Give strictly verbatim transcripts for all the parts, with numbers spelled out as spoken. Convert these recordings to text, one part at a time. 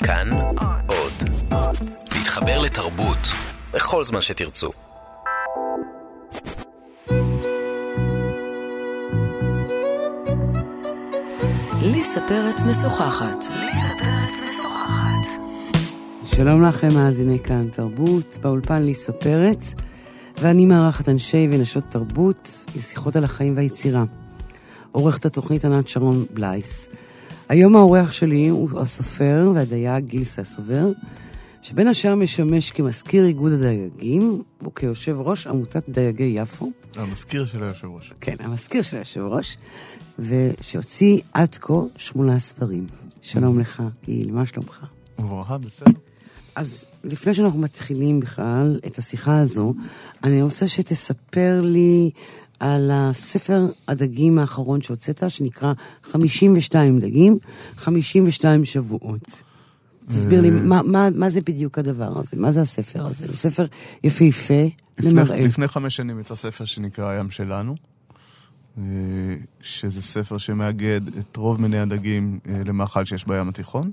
כאן עוד. להתחבר לתרבות בכל זמן שתרצו. ליסה פרץ משוחחת. שלום לכם מאזיני כאן תרבות, באולפן ליסה פרץ, ואני מארחת אנשי ונשות תרבות לשיחות על החיים והיצירה. עורכת התוכנית ענת שרון בלייס. היום האורח שלי הוא הסופר והדייג גיל ססובר, שבין השאר משמש כמזכיר איגוד הדייגים, וכיושב ראש עמותת דייגי יפו. המזכיר של היושב ראש. כן, המזכיר של היושב ראש, ושהוציא עד כה שמונה ספרים. שלום לך, גיל, מה שלומך? וברכה, בסדר. אז לפני שאנחנו מתחילים בכלל את השיחה הזו, אני רוצה שתספר לי על הספר הדגים האחרון שהוצאת, שנקרא חמישים ושתיים דגים, חמישים ושתיים שבועות. תסביר לי, מה, מה, מה זה בדיוק הדבר הזה? מה זה הספר הזה? הוא ספר יפהפה למראה. לפני חמש שנים יצא ספר שנקרא הים שלנו, שזה ספר שמאגד את רוב מיני הדגים למאכל שיש בים התיכון,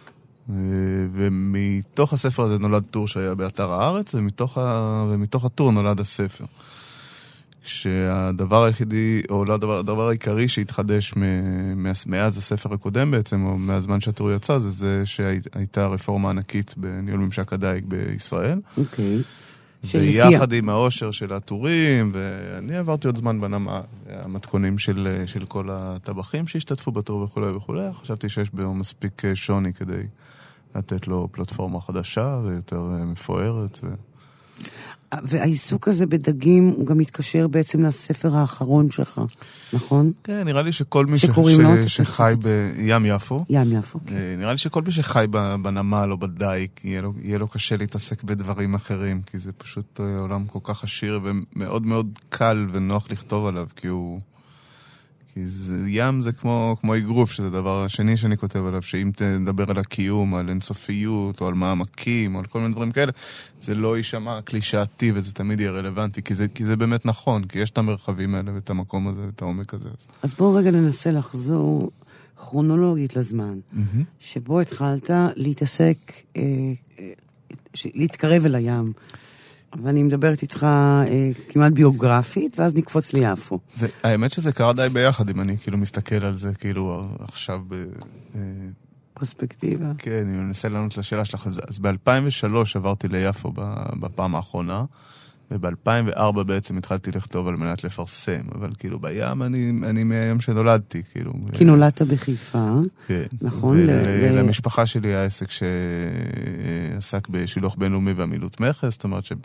ומתוך הספר הזה נולד טור שהיה באתר הארץ, ומתוך, ה... ומתוך הטור נולד הספר. כשהדבר היחידי, או לא הדבר, הדבר העיקרי שהתחדש מ... מאז הספר הקודם בעצם, או מהזמן שהטור יצא, זה זה שהייתה רפורמה ענקית בניהול ממשק הדייג בישראל. אוקיי. ויחד עם האושר של הטורים, ואני עברתי עוד זמן בנמה, המתכונים של, של כל הטבחים שהשתתפו בטור וכו' וכו'. חשבתי שיש בו מספיק שוני כדי לתת לו פלטפורמה חדשה ויותר מפוארת. ו... והעיסוק הזה בדגים הוא גם מתקשר בעצם לספר האחרון שלך, נכון? כן, נראה לי שכל מי ש... ש... שחי בים יפו, ים יפו, כן. נראה לי שכל מי שחי בנמל או בדייג, יהיה לו, יהיה לו קשה להתעסק בדברים אחרים, כי זה פשוט עולם כל כך עשיר ומאוד מאוד קל ונוח לכתוב עליו, כי הוא... כי זה, ים זה כמו, כמו אגרוף, שזה הדבר השני שאני כותב עליו, שאם תדבר על הקיום, על אינסופיות, או על מעמקים, או על כל מיני דברים כאלה, זה לא יישמע קלישאתי, וזה תמיד יהיה רלוונטי, כי זה, כי זה באמת נכון, כי יש את המרחבים האלה, ואת המקום הזה, ואת העומק הזה. אז בואו רגע ננסה לחזור כרונולוגית לזמן, mm-hmm. שבו התחלת להתעסק, אה, אה, להתקרב אל הים, ואני מדברת איתך אה, כמעט ביוגרפית, ואז נקפוץ ליפו. זה, האמת שזה קרה די ביחד, אם אני כאילו מסתכל על זה, כאילו עכשיו ב... אה, פרספקטיבה. כן, אני מנסה לענות לשאלה שלך. אז, אז ב-אלפיים ושלוש עברתי ליפו בפעם האחרונה, וב-אלפיים וארבע בעצם התחלתי לכתוב על מנת לפרסם, אבל כאילו בים אני, אני מהיום שנולדתי, כאילו. כי נולדת בחיפה, כן. נכון? ולמשפחה ל... שלי היה עסק שעסק בשילוח בינלאומי והמילות מכס, זאת אומרת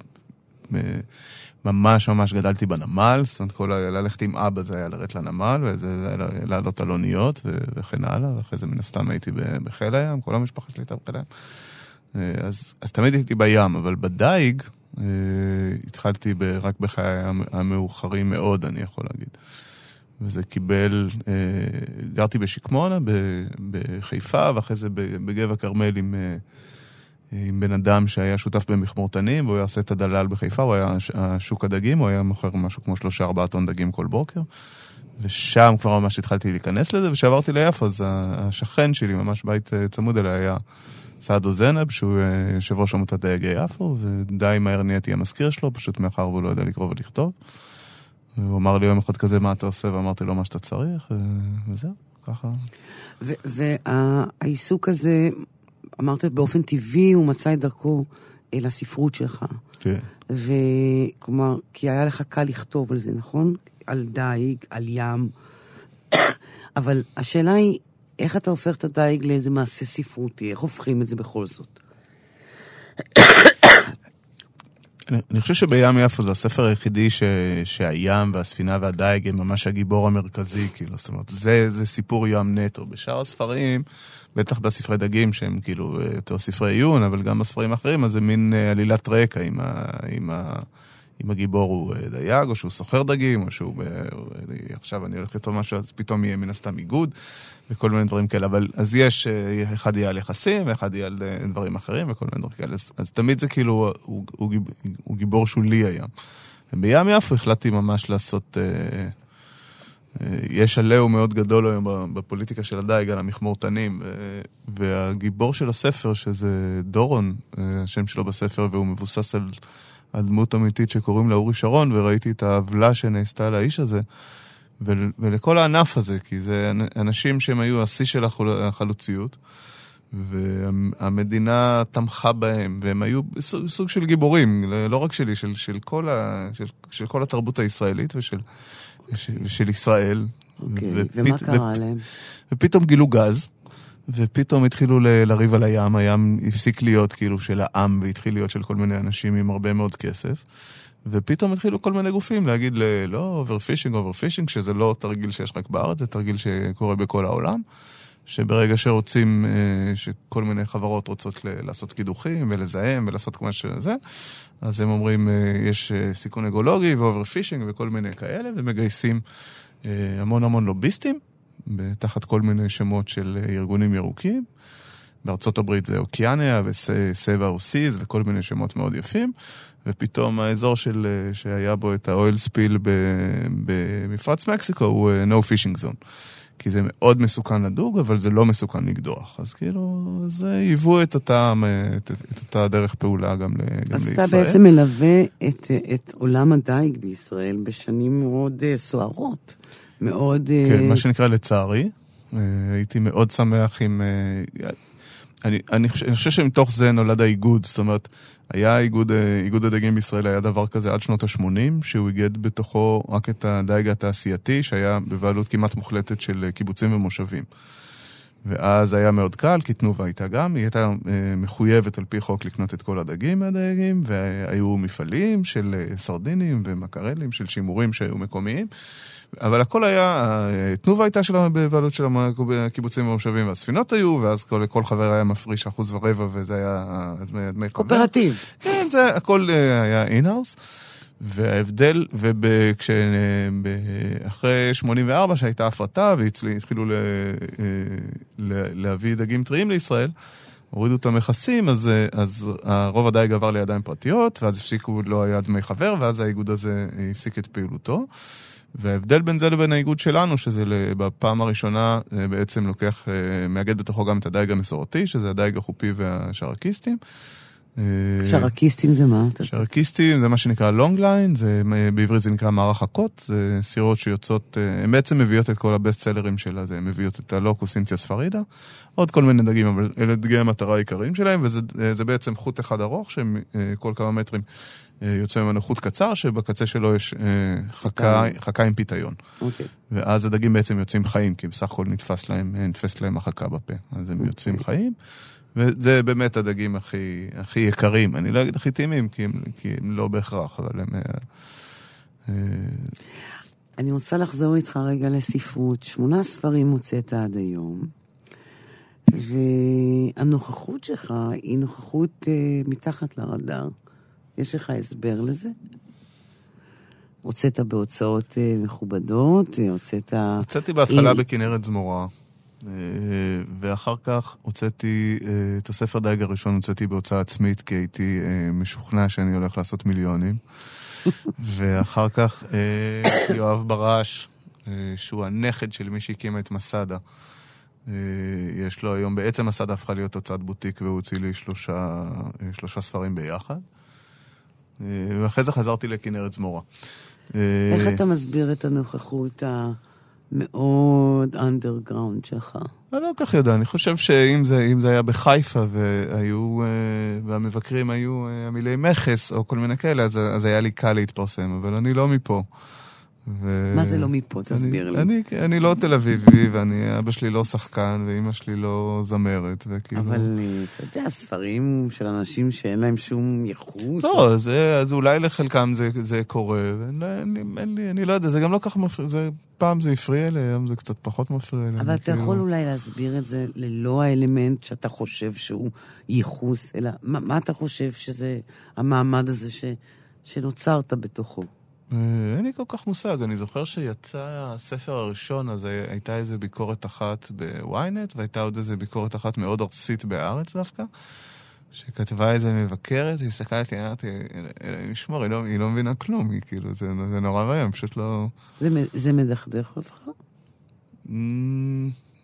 שממש ממש גדלתי בנמל, זאת אומרת כל ללכת עם אבא זה היה לרדת לנמל, וזה היה לעלות על אוניות וכן הלאה, ואחרי זה מן הסתם הייתי בחיל הים, כל המשפחה שלי הייתה בחיל הים. אז, אז תמיד הייתי בים, אבל בדייג, Uh, התחלתי ב- רק בחיי המאוחרים מאוד, אני יכול להגיד. וזה קיבל, uh, גרתי בשקמונה, ב- בחיפה, ואחרי זה בגבע כרמל עם, uh, עם בן אדם שהיה שותף במכמורתנים, והוא היה עושה את הדלל בחיפה, הוא היה שוק הדגים, הוא היה מוכר משהו כמו שלושה ארבעה טון דגים כל בוקר, ושם כבר ממש התחלתי להיכנס לזה, ושעברתי ליפו, אז השכן שלי, ממש בית צמוד אליי, היה סעדו זנב, שהוא יושב ראש עמותת דייגי יפו, ודי מהר נהייתי המזכיר שלו, פשוט מאחר והוא לא יודע לקרוא ולכתוב. הוא אמר לי יום אחד כזה, מה אתה עושה? ואמרתי לו מה שאתה צריך, וזהו, ככה. והעיסוק הזה, אמרת באופן טבעי, הוא מצא את דרכו אל הספרות שלך. כן. וכלומר, כי היה לך קל לכתוב על זה, נכון? על דייג, על ים. אבל השאלה היא, איך אתה הופך את הדייג לאיזה מעשה ספרותי? איך הופכים את זה בכל זאת? אני, אני חושב שבים יפו זה הספר היחידי ש, שהים והספינה והדייג הם ממש הגיבור המרכזי, כאילו, זאת אומרת, זה, זה סיפור ים נטו. בשאר הספרים, בטח בספרי דגים שהם כאילו יותר ספרי עיון, אבל גם בספרים אחרים, אז זה מין עלילת רקע עם ה... עם ה אם הגיבור הוא דייג, או שהוא סוחר דגים, או שהוא, עכשיו אני הולך לכתוב משהו, אז פתאום יהיה מן הסתם איגוד, וכל מיני דברים כאלה, אבל אז יש, אחד יהיה על יחסים, אחד יהיה על דברים אחרים, וכל מיני דברים כאלה, אז, אז תמיד זה כאילו, הוא, הוא, הוא גיבור שולי הים. ובים יפו החלטתי ממש לעשות, יש עליהו מאוד גדול היום בפוליטיקה של הדייג, על המכמורתנים, והגיבור של הספר, שזה דורון, השם שלו בספר, והוא מבוסס על, על דמות אמיתית שקוראים לה אורי שרון, וראיתי את העוולה שנעשתה לאיש הזה, ול, ולכל הענף הזה, כי זה אנשים שהם היו השיא של החלוציות, והמדינה תמכה בהם, והם היו סוג, סוג של גיבורים, לא רק שלי, של, של, כל, ה, של, של כל התרבות הישראלית ושל, ושל, ושל ישראל. אוקיי, ופית, ומה קרה ופ, להם? ופתאום גילו גז, ופתאום התחילו ל- לריב על הים, הים הפסיק להיות כאילו של העם, והתחיל להיות של כל מיני אנשים עם הרבה מאוד כסף, ופתאום התחילו כל מיני גופים להגיד ל- לא, אוברפישינג, אוברפישינג, שזה לא תרגיל שיש רק בארץ, זה תרגיל שקורה בכל העולם, שברגע שרוצים, שכל מיני חברות רוצות לעשות קידוחים ולזהם ולעשות כמו שזה, אז הם אומרים, יש סיכון אקולוגי ואוברפישינג וכל מיני כאלה, ומגייסים המון המון לוביסטים, תחת כל מיני שמות של ארגונים ירוקים. בארצות הברית זה אוקיאניה וסבע אוסיז וכל מיני שמות מאוד יפים, ופתאום האזור של, שהיה בו את האויל ספיל במפרץ מקסיקו הוא no fishing zone. כי זה מאוד מסוכן לדוג, אבל זה לא מסוכן לגדוח. אז כאילו, זה היוו את אותה, את, את אותה דרך פעולה גם, גם אז לישראל. אז אתה בעצם מלווה את, את עולם הדייג בישראל בשנים מאוד uh, סוערות. מאוד... כן, uh... מה שנקרא לצערי. Uh, הייתי מאוד שמח עם... Uh, אני, אני, חושב, אני חושב שמתוך זה נולד האיגוד, זאת אומרת, היה איגוד, איגוד הדייגים בישראל, היה דבר כזה עד שנות ה-שמונים, שהוא איגד בתוכו רק את הדייג התעשייתי, שהיה בבעלות כמעט מוחלטת של קיבוצים ומושבים. ואז היה מאוד קל, כי תנובה הייתה גם, היא הייתה מחויבת על פי חוק לקנות את כל הדייגים מהדייגים, והיו מפעלים של סרדינים ומקרלים, של שימורים שהיו מקומיים, אבל הכל היה, תנובה הייתה שלה בבעלות של הקיבוצים והמושבים, והספינות היו, ואז כל, כל חבר היה מפריש אחוז ורבע, וזה היה דמי, דמי חבר. קואופרטיב. כן, זה הכל היה אין-האוס, וההבדל, ואחרי שמונים וארבע שהייתה הפרטה, והתחילו ל, להביא דגים טריים לישראל, הורידו את המכסים, אז, אז הרוב הדייג עבר לידיים פרטיות, ואז הפסיקו, לא היה דמי חבר, ואז האיגוד הזה הפסיק את פעילותו. וההבדל בין זה לבין האיגוד שלנו, שזה בפעם הראשונה בעצם לוקח, מאגד בתוכו גם את הדייג המסורתי, שזה הדייג החופי והשרקיסטים. שרקיסטים זה מה? שרקיסטים זה מה שנקרא long line, זה, בעברית זה נקרא מערך הקות, זה סירות שיוצאות, הן בעצם מביאות את כל הבסט סלרים שלה, זה מביאות את הלוקוס אינטיאס פרידה, עוד כל מיני דגים, אבל אלה דגי המטרה העיקריים שלהם, וזה זה בעצם חוט אחד ארוך, שכל כמה מטרים יוצא ממנו חוט קצר, שבקצה שלו יש חכה, חכה עם פיתיון. אוקיי. ואז הדגים בעצם יוצאים חיים, כי בסך הכל נתפס להם, נתפס להם החכה בפה, אז הם יוצאים חיים. וזה באמת הדגים הכי, הכי יקרים. אני לא אגיד הכי טעימים, כי הם, כי הם לא בהכרח, אבל הם... אני רוצה לחזור איתך רגע לספרות. שמונה ספרים מוצאת עד היום, והנוכחות שלך היא נוכחות uh, מתחת לרדאר. יש לך הסבר לזה? הוצאת בהוצאות uh, מכובדות, הוצאת... הוצאתי בהתחלה בכנרת זמורה. ואחר כך הוצאתי את הספר דייג הראשון, הוצאתי בהוצאה עצמית, כי הייתי משוכנע שאני הולך לעשות מיליונים. ואחר כך יואב בראש, שהוא הנכד של מי שהקימה את מסדה. יש לו היום, בעצם מסדה הפכה להיות הוצאת בוטיק, והוא הוציא לי שלושה, שלושה ספרים ביחד. ואחרי זה חזרתי לכנרת זמורה. איך אתה מסביר את הנוכחות ה... מאוד אנדרגראונד שלך. אני לא כך יודע, אני חושב שאם זה, אם זה היה בחיפה והיו, והמבקרים היו המילי מכס או כל מיני כאלה, אז, אז היה לי קל להתפרסם, אבל אני לא מפה. ו... מה זה לא מפה? תסביר אני, לי. אני, אני לא תל אביבי, ואני, אבא שלי לא שחקן, ואמא שלי לא זמרת, וכאילו... אבל אתה יודע, ספרים של אנשים שאין להם שום יחוס. לא, או... זה, אז אולי לחלקם זה, זה קורה, ואין, אני, אין לי, אני לא יודע, זה גם לא כך מפריע, זה, פעם זה הפריע לי, היום זה קצת פחות מפריע לי. אבל אתה כאילו... יכול אולי להסביר את זה ללא האלמנט שאתה חושב שהוא ייחוס, אלא מה, מה אתה חושב שזה המעמד הזה ש, שנוצרת בתוכו? אין לי כל כך מושג, אני זוכר שיצא הספר הראשון, אז הייתה איזו ביקורת אחת בוויינט, והייתה עוד איזו ביקורת אחת מאוד ארסית בארץ דווקא, שכתבה איזו מבקרת, היא הסתכלתי, אמרתי, משמור, היא לא, היא לא מבינה כלום, היא כאילו, זה, זה נורא רעיון, פשוט לא... זה, זה מדכדך אותך?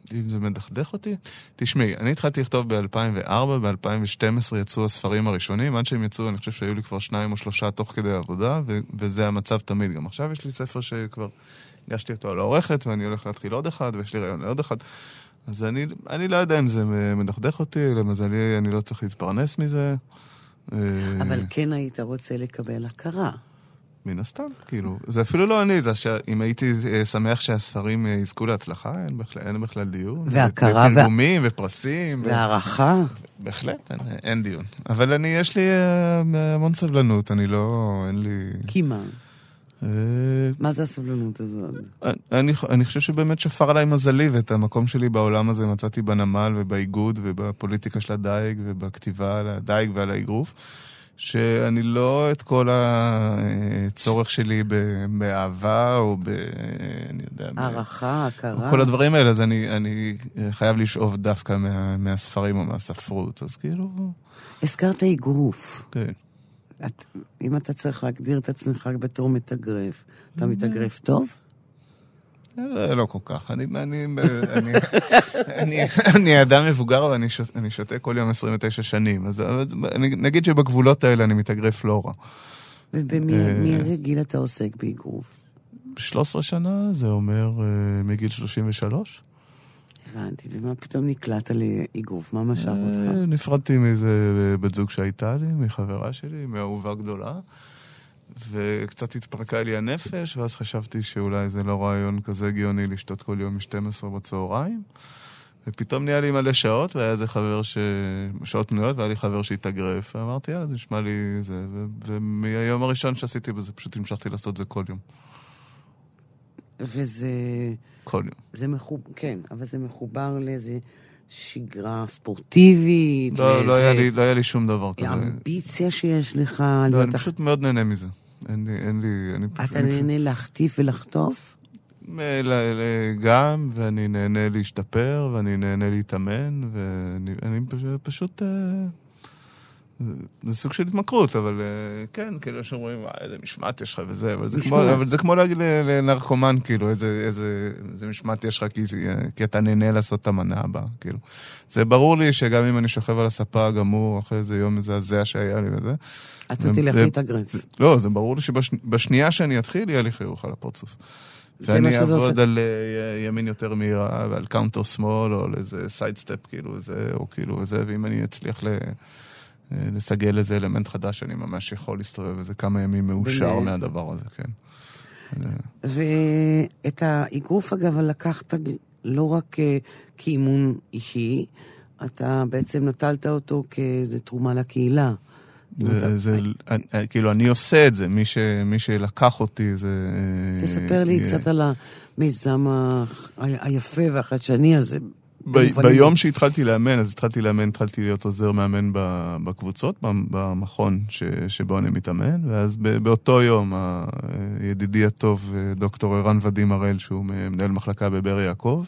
אם זה מדכדך אותי? תשמעי, אני התחלתי לכתוב ב-אלפיים וארבע, ב-אלפיים ושתים עשרה יצאו הספרים הראשונים, עד שהם יצאו, אני חושב שהיו לי כבר שניים או שלושה תוך כדי העבודה, ו- וזה המצב תמיד. גם עכשיו יש לי ספר שכבר הגשתי אותו על העורכת, ואני הולך להתחיל עוד אחד, ויש לי רעיון לעוד אחד. אז אני, אני לא יודע אם זה מדכדך אותי, למזלי אני לא צריך להתפרנס מזה. אבל כן היית רוצה לקבל הכרה. מן הסתם, כאילו. זה אפילו לא אני, זה שאם הייתי שמח שהספרים יזכו להצלחה, אין בכלל, אין בכלל דיון. והכרה. ותרגומים ופרסים. והערכה. בהחלט, אין, אין דיון. אבל אני, יש לי המון סבלנות, אני לא, אין לי... כי מה? מה זה הסבלנות הזאת? אני, אני חושב שבאמת שפר עליי מזלי, ואת המקום שלי בעולם הזה מצאתי בנמל ובאיגוד ובפוליטיקה של הדייג ובכתיבה על הדייג ועל האגרוף, שאני לא את כל הצורך שלי באהבה או ב... אני יודע... הערכה, הכרה. כל הדברים האלה, אז אני, אני חייב לשאוב דווקא מה, מהספרים או מהספרות, אז כאילו... הזכרת אגרוף. כן. את, אם אתה צריך להגדיר את עצמך בתור מתאגרף, אתה מתאגרף טוב? לא, לא כל כך. אני, אני, אני, אני, אני אדם מבוגר, ואני שותה, אני שותה כל יום עשרים ותשע שנים. אז אני, נגיד שבגבולות האלה אני מתאגרף לא רע. ומאיזה גיל אתה עוסק באגרוף? שלוש עשרה שנה, זה אומר מגיל שלושים ושלוש. הבנתי, ומה פתאום נקלעת לאגרוף? מה משך אותך? נפרדתי מאיזה בת זוג שהייתה לי, מחברה שלי, מאהובה גדולה, וקצת התפרקה לי הנפש, ואז חשבתי שאולי זה לא רעיון כזה הגיוני לשתות כל יום מ-שתים עשרה בצהריים, ופתאום נהיה לי מלא שעות, והיה איזה חבר ש... שעות פנויות, והיה לי חבר שהתאגרף, ואמרתי, יאללה, זה נשמע לי זה, ו... ומהיום הראשון שעשיתי בזה, פשוט המשכתי לעשות זה כל יום. וזה... כל יום. זה מחוב... כן, אבל זה מחובר לאיזה שגרה ספורטיבית. לא, לאיזה... לא, היה לי, לא היה לי שום דבר כזה. אמביציה שיש לך. לא, אני פשוט מאוד נהנה מזה. אין לי, אין לי, אני פשוט... אתה נהנה להחטיף ולחטוף? גם, ואני נהנה להשתפר, ואני נהנה להתאמן, ואני פשוט... זה סוג של התמכרות, אבל כן, כאילו שאומרים, איזה משמעת יש לך וזה, אבל זה כמו, אבל זה כמו להגיד לנרקומן, כאילו, איזה, איזה, איזה משמעת יש לך, כי, כי אתה נהנה לעשות את המנה הבאה, כאילו. זה ברור לי שגם אם אני שוכב על הספה הגמור, אחרי איזה יום מזעזע שהיה לי וזה. אתה תלך להתאגרף. לא, זה ברור לי שבשנייה שאני אתחיל, יהיה לי חיוך על הפרצוף. ואני אעבוד על ימין יותר מהירה, ועל קאונטר שמאל, או על איזה סייד סטפ, כאילו, זה, או כאילו, וזה, ואם אני אצליח ל... לסגל איזה אלמנט חדש, אני ממש יכול להסתובב איזה כמה ימים מאושר מהדבר הזה, כן. ואת האגרוף, אגב, לקחת לא רק כאימון אישי, אתה בעצם נטלת אותו כאיזו תרומה לקהילה. זה, כאילו, אני עושה את זה, מי שלקח אותי, זה... תספר לי קצת על המיזם היפה והחדשני הזה. ביום שהתחלתי לאמן, אז התחלתי לאמן, התחלתי להיות עוזר מאמן בקבוצות, במכון שבו אני מתאמן, ואז באותו יום, הידידי הטוב, דוקטור ערן ודים הראל, שהוא מנהל מחלקה בבאר יעקב,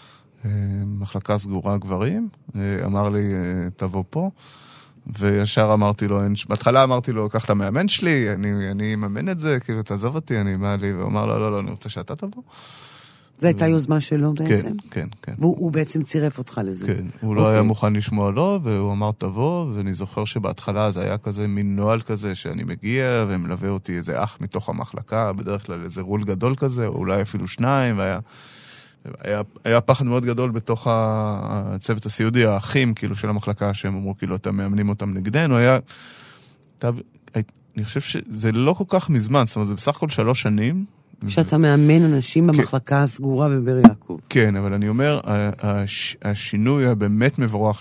מחלקה סגורה גברים, אמר לי, תבוא פה, וישר אמרתי לו, בהתחלה אמרתי לו, קח את המאמן שלי, אני, אני מאמן את זה, כאילו, תעזוב אותי, אני בא לי, ואומר לו, לא, לא, אני רוצה שאתה תבוא. זו הייתה יוזמה שלו בעצם? כן, כן, כן. והוא בעצם צירף אותך לזה? כן, הוא לא היה מוכן לשמוע לו, והוא אמר תבוא, ואני זוכר שבהתחלה זה היה כזה מין נועל כזה, שאני מגיע ומלווה אותי איזה אח מתוך המחלקה, בדרך כלל איזה רול גדול כזה, או אולי אפילו שניים, והיה... היה, היה פחד מאוד גדול בתוך הצוות הסיעודי, האחים כאילו של המחלקה, שהם אמרו כאילו, אתם מאמנים אותם נגדנו, היה... אני חושב שזה לא כל כך מזמן, זאת אומרת, זה בסך הכל שלוש שנים, שאתה מאמן אנשים במחלקה הסגורה בבאר יעקב. כן, אבל אני אומר, השינוי הבאמת מבורך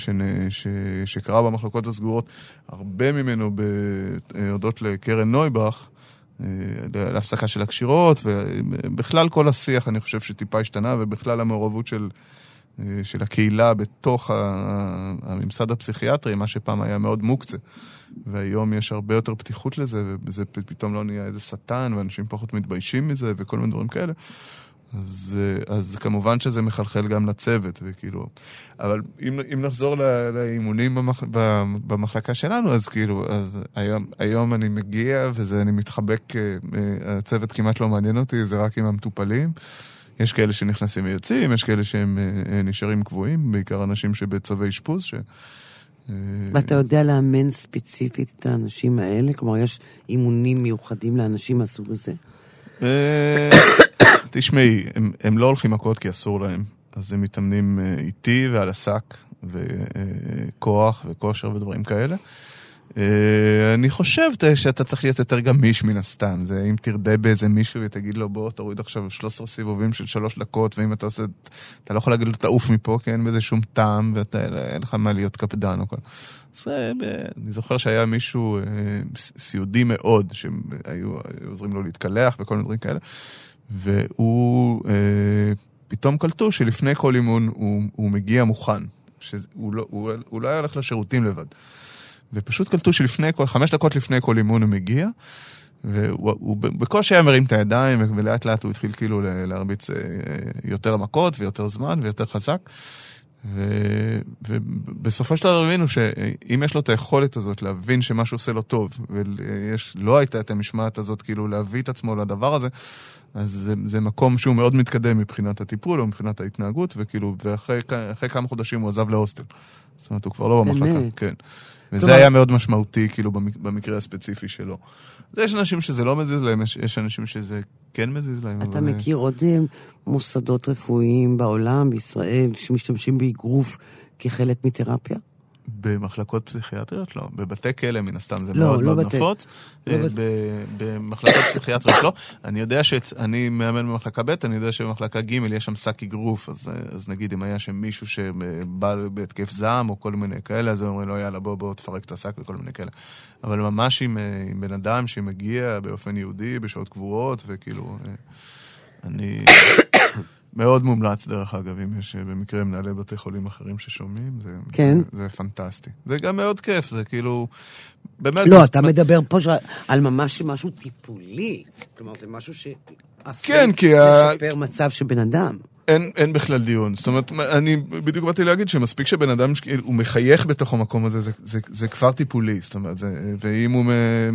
שקרה במחלקות הסגורות, הרבה ממנו בהודות לקרן נויבך, להפסקה של הקשירות, ובכלל כל השיח אני חושב שטיפה השתנה, ובכלל המעורבות של, של הקהילה בתוך הממסד הפסיכיאטרי, מה שפעם היה מאוד מוקצה. והיום יש הרבה יותר פתיחות לזה, וזה פתאום לא נהיה איזה שטן, ואנשים פחות מתביישים מזה, וכל מיני דברים כאלה. אז, אז כמובן שזה מחלחל גם לצוות, וכאילו... אבל אם, אם נחזור לאימונים במח, במחלקה שלנו, אז כאילו, אז היום, היום אני מגיע, וזה אני מתחבק, הצוות כמעט לא מעניין אותי, זה רק עם המטופלים, יש כאלה שנכנסים ויוצאים, יש כאלה שהם נשארים קבועים, בעיקר אנשים שבצווי אשפוז, ש... ואתה יודע לאמן ספציפית את האנשים האלה? כלומר, יש אימונים מיוחדים לאנשים מהסוג הזה? תשמעי, הם, הם לא הולכים מכות כי אסור להם, אז הם מתאמנים איתי ועל הסק, וכוח וכושר ודברים כאלה. אני חושב שאתה צריך להיות יותר גמיש מן הסתם, זה אם תרדה באיזה מישהו ותגיד לו בוא תוריד עכשיו שלושה עשר סיבובים של שלוש דקות, ואם אתה עושה, אתה לא יכול להגיד לו תעוף מפה כי אין בזה שום טעם ואין לך מה להיות קפדן או כל. אז אני זוכר שהיה מישהו סיעודי מאוד שהיו עוזרים לו להתקלח וכל מיני דברים כאלה, והוא פתאום קלטו שלפני כל אימון הוא, הוא מגיע מוכן, שהוא לא, הוא, הוא לא היה הולך לשירותים לבד. ופשוט קלטו שלפני כל, חמש דקות לפני כל אימון הוא מגיע, והוא בקושי היה מרים את הידיים, ולאט לאט הוא התחיל כאילו להרביץ יותר מכות ויותר זמן ויותר חזק, ובסופו של דבר הבינו שאם יש לו את היכולת הזאת להבין שמשהו עושה לו טוב, ולא הייתה את המשמעת הזאת כאילו להביא את עצמו לדבר הזה, אז זה, זה מקום שהוא מאוד מתקדם מבחינת הטיפול או מבחינת ההתנהגות, וכאילו, ואחרי אחרי כמה חודשים הוא עזב להוסטל. זאת אומרת, הוא כבר לא במחלקה. כן. וזה היה מאוד משמעותי, כאילו, במקרה הספציפי שלו. אז יש אנשים שזה לא מזיז להם, יש, יש אנשים שזה כן מזיז להם. אתה אבל... מכיר עוד מוסדות רפואיים בעולם, בישראל, שמשתמשים באגרוף כחלק מתרפיה? במחלקות פסיכיאטריות לא, בבתי כלא מן הסתם זה לא, מאוד לא מאוד בתי... נפוץ, לא בת... במחלקות פסיכיאטריות לא, אני יודע שאני מאמן במחלקה ב', אני יודע שבמחלקה ג' יש שם סק אגרוף, אז, אז נגיד אם היה שם מישהו שבא בהתקף זעם או כל מיני כאלה, אז אומרים לו יאללה בוא בוא תפרק את הסק וכל מיני כאלה, אבל ממש עם, עם בן אדם שמגיע באופן יהודי, בשעות קבועות, וכאילו אני... מאוד מומלץ דרך אגב, אם יש במקרה מנהלי בתי חולים אחרים ששומעים, זה, כן. זה, זה פנטסטי. זה גם מאוד כיף, זה כאילו, באמת... לא, זה... אתה מדבר פה על ממש משהו טיפולי, כלומר זה משהו שעשוי כן, כי לשפר ה... מצב של בן אדם. אין, אין בכלל דיון, זאת אומרת, אני בדיוק באתי להגיד שמספיק שבן אדם, הוא מחייך בתוך המקום הזה, זה, זה, זה כבר טיפולי, זאת אומרת, זה, ואם הוא...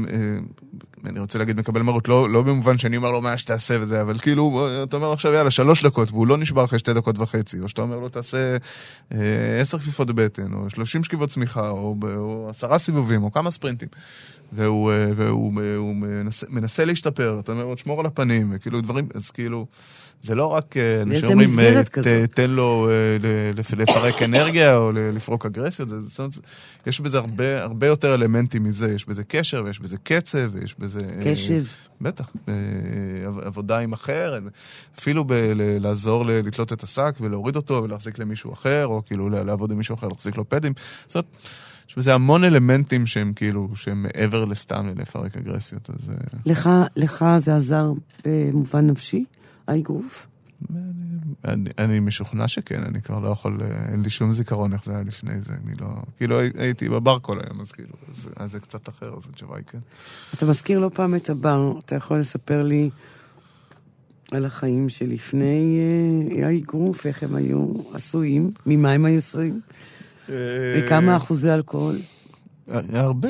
אני רוצה להגיד מקבל מרות, לא, לא במובן שאני אומר לו מה שתעשה וזה, אבל כאילו, אתה אומר עכשיו, יאללה, שלוש דקות, והוא לא נשבר אחרי שתי דקות וחצי, או שאתה אומר לו, תעשה אה, עשר כפיפות בטן, או שלושים שכיבות צמיחה, או, או עשרה סיבובים, או כמה ספרינטים, והוא, והוא, והוא מנסה, מנסה להשתפר, אתה אומר לו, תשמור על הפנים, וכאילו דברים, אז כאילו, זה לא רק, אנשים אומרים, תן לו לפרק אנרגיה, או לפרוק אגרסיות, זה, זאת אומרת, יש בזה הרבה, הרבה יותר אלמנטים מזה, יש בזה קשר, ויש בזה קצב, ויש בזה... קשב. בטח, עבודה עם אחר, אפילו לעזור לתלות את השק, ולהוריד אותו, ולהחזיק למישהו אחר, או כאילו לעבוד עם מישהו אחר, להחזיק לו פדים, זאת אומרת, יש בזה המון אלמנטים שהם כאילו, שהם מעבר לסתם לפרק אגרסיות, אז... לך, לך זה עזר במובן נפשי? האגרוף? אני, אני משוכנע שכן, אני כבר לא יכול, אין לי שום זיכרון איך זה היה לפני זה, אני לא, כאילו הייתי בבר כל היום, אז כאילו, אז, אז זה קצת אחר, אז התשובה היא כן. אתה מזכיר לא פעם את הבר, אתה יכול לספר לי על החיים שלפני האגרוף, איך הם היו עשויים, ממה הם היו עשויים, וכמה אחוזי אלכוהול? הרבה.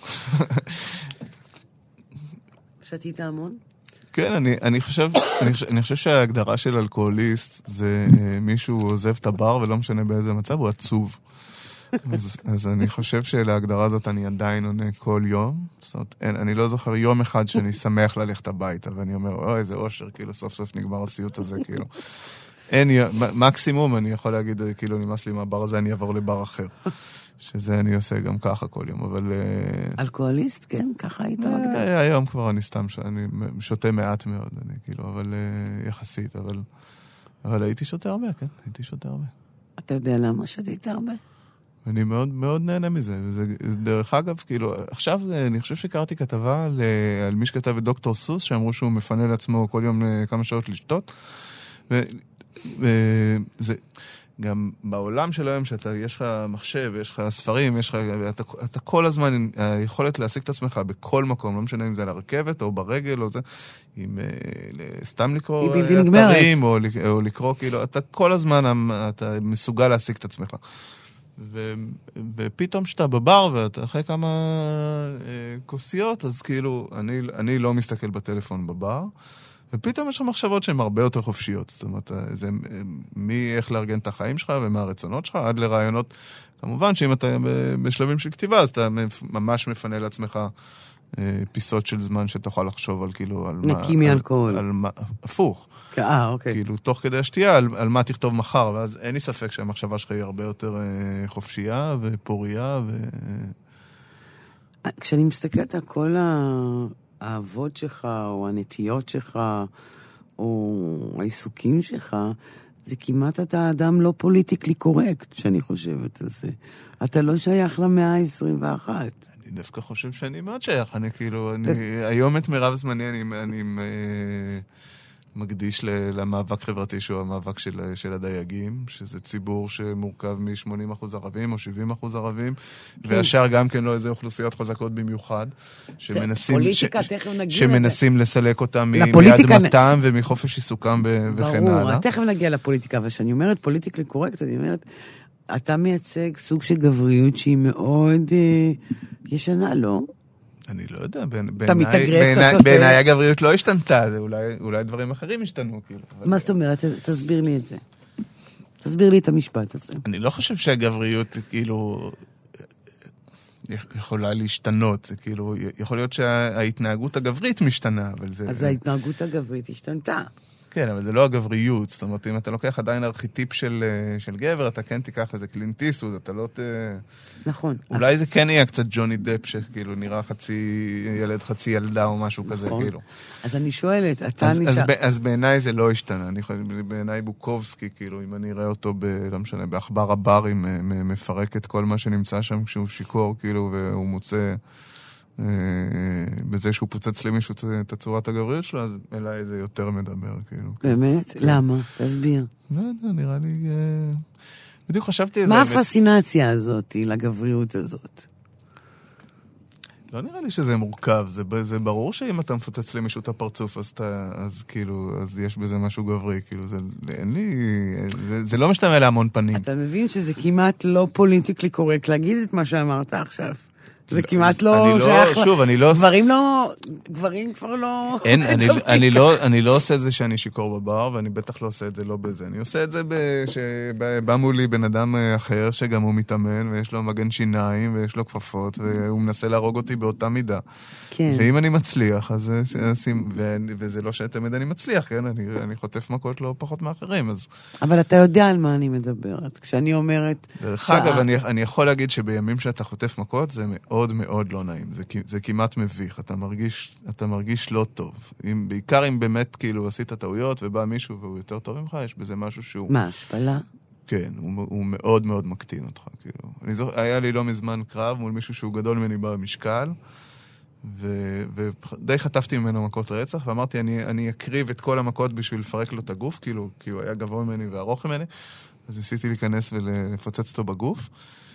שתית המון? כן, אני, אני חושב, אני חושב, אני חושב שההגדרה של אלכוהוליסט זה מישהו עוזב את הבר ולא משנה באיזה מצב, הוא עצוב. אז, אז אני חושב שלהגדרה הזאת אני עדיין עונה כל יום. זאת אומרת, אין, אני לא זוכר יום אחד שאני שמח ללכת הביתה, ואני אומר, אוי, איזה אושר, כאילו סוף סוף נגמר הסיוט הזה, כאילו. אין, מקסימום אני יכול להגיד, כאילו נמאס לי מהבר הזה, אני אעבור לבר אחר. שזה אני עושה גם ככה כל יום, אבל... אלכוהוליסט, כן? ככה היית מגדל? היום כבר אני סתם, אני שותה מעט מאוד, אני כאילו, אבל יחסית, אבל... אבל הייתי שותה הרבה, כן? הייתי שותה הרבה. אתה יודע למה שתית הרבה? אני מאוד מאוד נהנה מזה, וזה דרך אגב, כאילו, עכשיו אני חושב שקראתי כתבה על, על מי שכתב את דוקטור סוס, שאמרו שהוא מפנה לעצמו כל יום כמה שעות לשתות, וזה... גם בעולם של היום, שאתה, יש לך מחשב, יש לך ספרים, יש לך, אתה, אתה כל הזמן, היכולת להשיג את עצמך בכל מקום, לא משנה אם זה על הרכבת או ברגל או זה, אם סתם לקרוא אתרים או, או לקרוא, כאילו, אתה כל הזמן, אתה מסוגל להשיג את עצמך. ו, ופתאום שאתה בבר, ואתה אחרי כמה אה, כוסיות, אז כאילו, אני, אני לא מסתכל בטלפון בבר, ופתאום יש לך מחשבות שהן הרבה יותר חופשיות. זאת אומרת, זה מי איך לארגן את החיים שלך ומה הרצונות שלך, עד לרעיונות. כמובן שאם אתה בשלבים של כתיבה, אז אתה ממש מפנה לעצמך פיסות של זמן שתוכל לחשוב על כאילו... נקי מאלכוהול. הפוך. אה, אוקיי. כאילו, תוך כדי השתייה, על, על מה תכתוב מחר, ואז אין לי ספק שהמחשבה שלך היא הרבה יותר אה, חופשייה ופוריה. ו... כשאני מסתכלת על כל האהבות שלך, או הנטיות שלך, או העיסוקים שלך, זה כמעט אתה אדם לא פוליטיקלי קורקט, שאני חושבת על זה. אתה לא שייך למאה ה-עשרים ואחת. אני דווקא חושב שאני מאוד שייך. אני כאילו, אני, היום את מירב זמני, אני... אני אה, מקדיש למאבק חברתי שהוא המאבק של, של הדייגים, שזה ציבור שמורכב מ-שמונים אחוז ערבים או שבעים אחוז ערבים, כן. והשאר גם כן לא איזה אוכלוסיות חזקות במיוחד, שמנסים, פוליטיקה, ש, תכף נגיע שמנסים לזה. לסלק אותם מיד מתם נ... ומחופש עיסוקם וכן הלאה. ברור, תכף נגיע לפוליטיקה, ושאני אומרת פוליטיקלי קורקט, אני אומרת, אתה מייצג סוג של גבריות שהיא מאוד אה, ישנה, לא? אני לא יודע, בעיניי הגבריות לא השתנתה, אולי דברים אחרים השתנו. מה זאת אומרת? תסביר לי את זה. תסביר לי את המשפט הזה. אני לא חושב שהגבריות כאילו יכולה להשתנות, זה כאילו, יכול להיות שההתנהגות הגברית משתנה, אבל זה... אז ההתנהגות הגברית השתנתה. כן, אבל זה לא הגבריות, זאת אומרת, אם אתה לוקח עדיין ארכיטיפ של, של גבר, אתה כן תיקח איזה קלינט איסטווד, אתה לא ת... נכון. אולי זה כן יהיה קצת ג'וני דפ, שכאילו נראה חצי ילד, חצי ילדה או משהו כזה, כאילו. אז אני שואלת, אתה אז, נשאר... אז, אז בעיניי זה לא השתנה, אני חושב, בעיניי בוקובסקי, כאילו, אם אני אראה אותו, ב, לא משנה, באחבר הברים, מפרק את כל מה שנמצא שם כשהוא שיקור, כאילו, והוא מוצא... בזה שהוא פוצץ למישהו את הצורת הגבריות שלו, אז אליי זה יותר מדבר, כאילו. באמת? למה? תסביר. לא יודע, נראה לי... בדיוק חשבתי... מה הפסינציה הזאת לגבריות הזאת? לא נראה לי שזה מורכב, זה ברור שאם אתה מפוצץ למישהו את הפרצוף, אז כאילו, אז יש בזה משהו גברי, כאילו, זה אין לי... זה לא משתמע להמון פנים. אתה מבין שזה כמעט לא פוליטיקלי קורקט להגיד את מה שאמרת עכשיו. זה כמעט לא שייך... שוב, אני לא... גברים לא... גברים כבר לא... אין, אני לא, אני לא עושה את זה שאני שיקור בבר, ואני בטח לא עושה את זה לא בזה. אני עושה את זה שבא מולי בן אדם אחר, שגם הוא מתאמן, ויש לו מגן שיניים, ויש לו כפפות, והוא מנסה להרוג אותי באותה מידה. כן. ואם אני מצליח, אז... וזה לא שתמיד אני מצליח, כן? אני, אני חוטף מכות לא פחות מאחרים, אז... אבל אתה יודע על מה אני מדברת. כשאני אומרת... דרך אגב, אני, אני יכול להגיד שבימים שאתה חוטף מכות, זה מאוד מאוד לא נעים. זה, זה כמעט מביך. אתה מרגיש, אתה מרגיש לא טוב. אם, בעיקר אם באמת כאילו עשית טעויות ובא מישהו והוא יותר טוב ממך, יש בזה משהו שהוא... מה, השפלה? כן, הוא, הוא מאוד מאוד מקטין אותך. כאילו. אני זוכר, היה לי לא מזמן קרב מול מישהו שהוא גדול ממני במשקל, ו, ודי חטפתי ממנו מכות רצח, ואמרתי, אני, אני אקריב את כל המכות בשביל לפרק לו את הגוף, כאילו, כי הוא היה גבוה ממני וארוך ממני, אז ניסיתי להיכנס ולפוצץ אותו בגוף,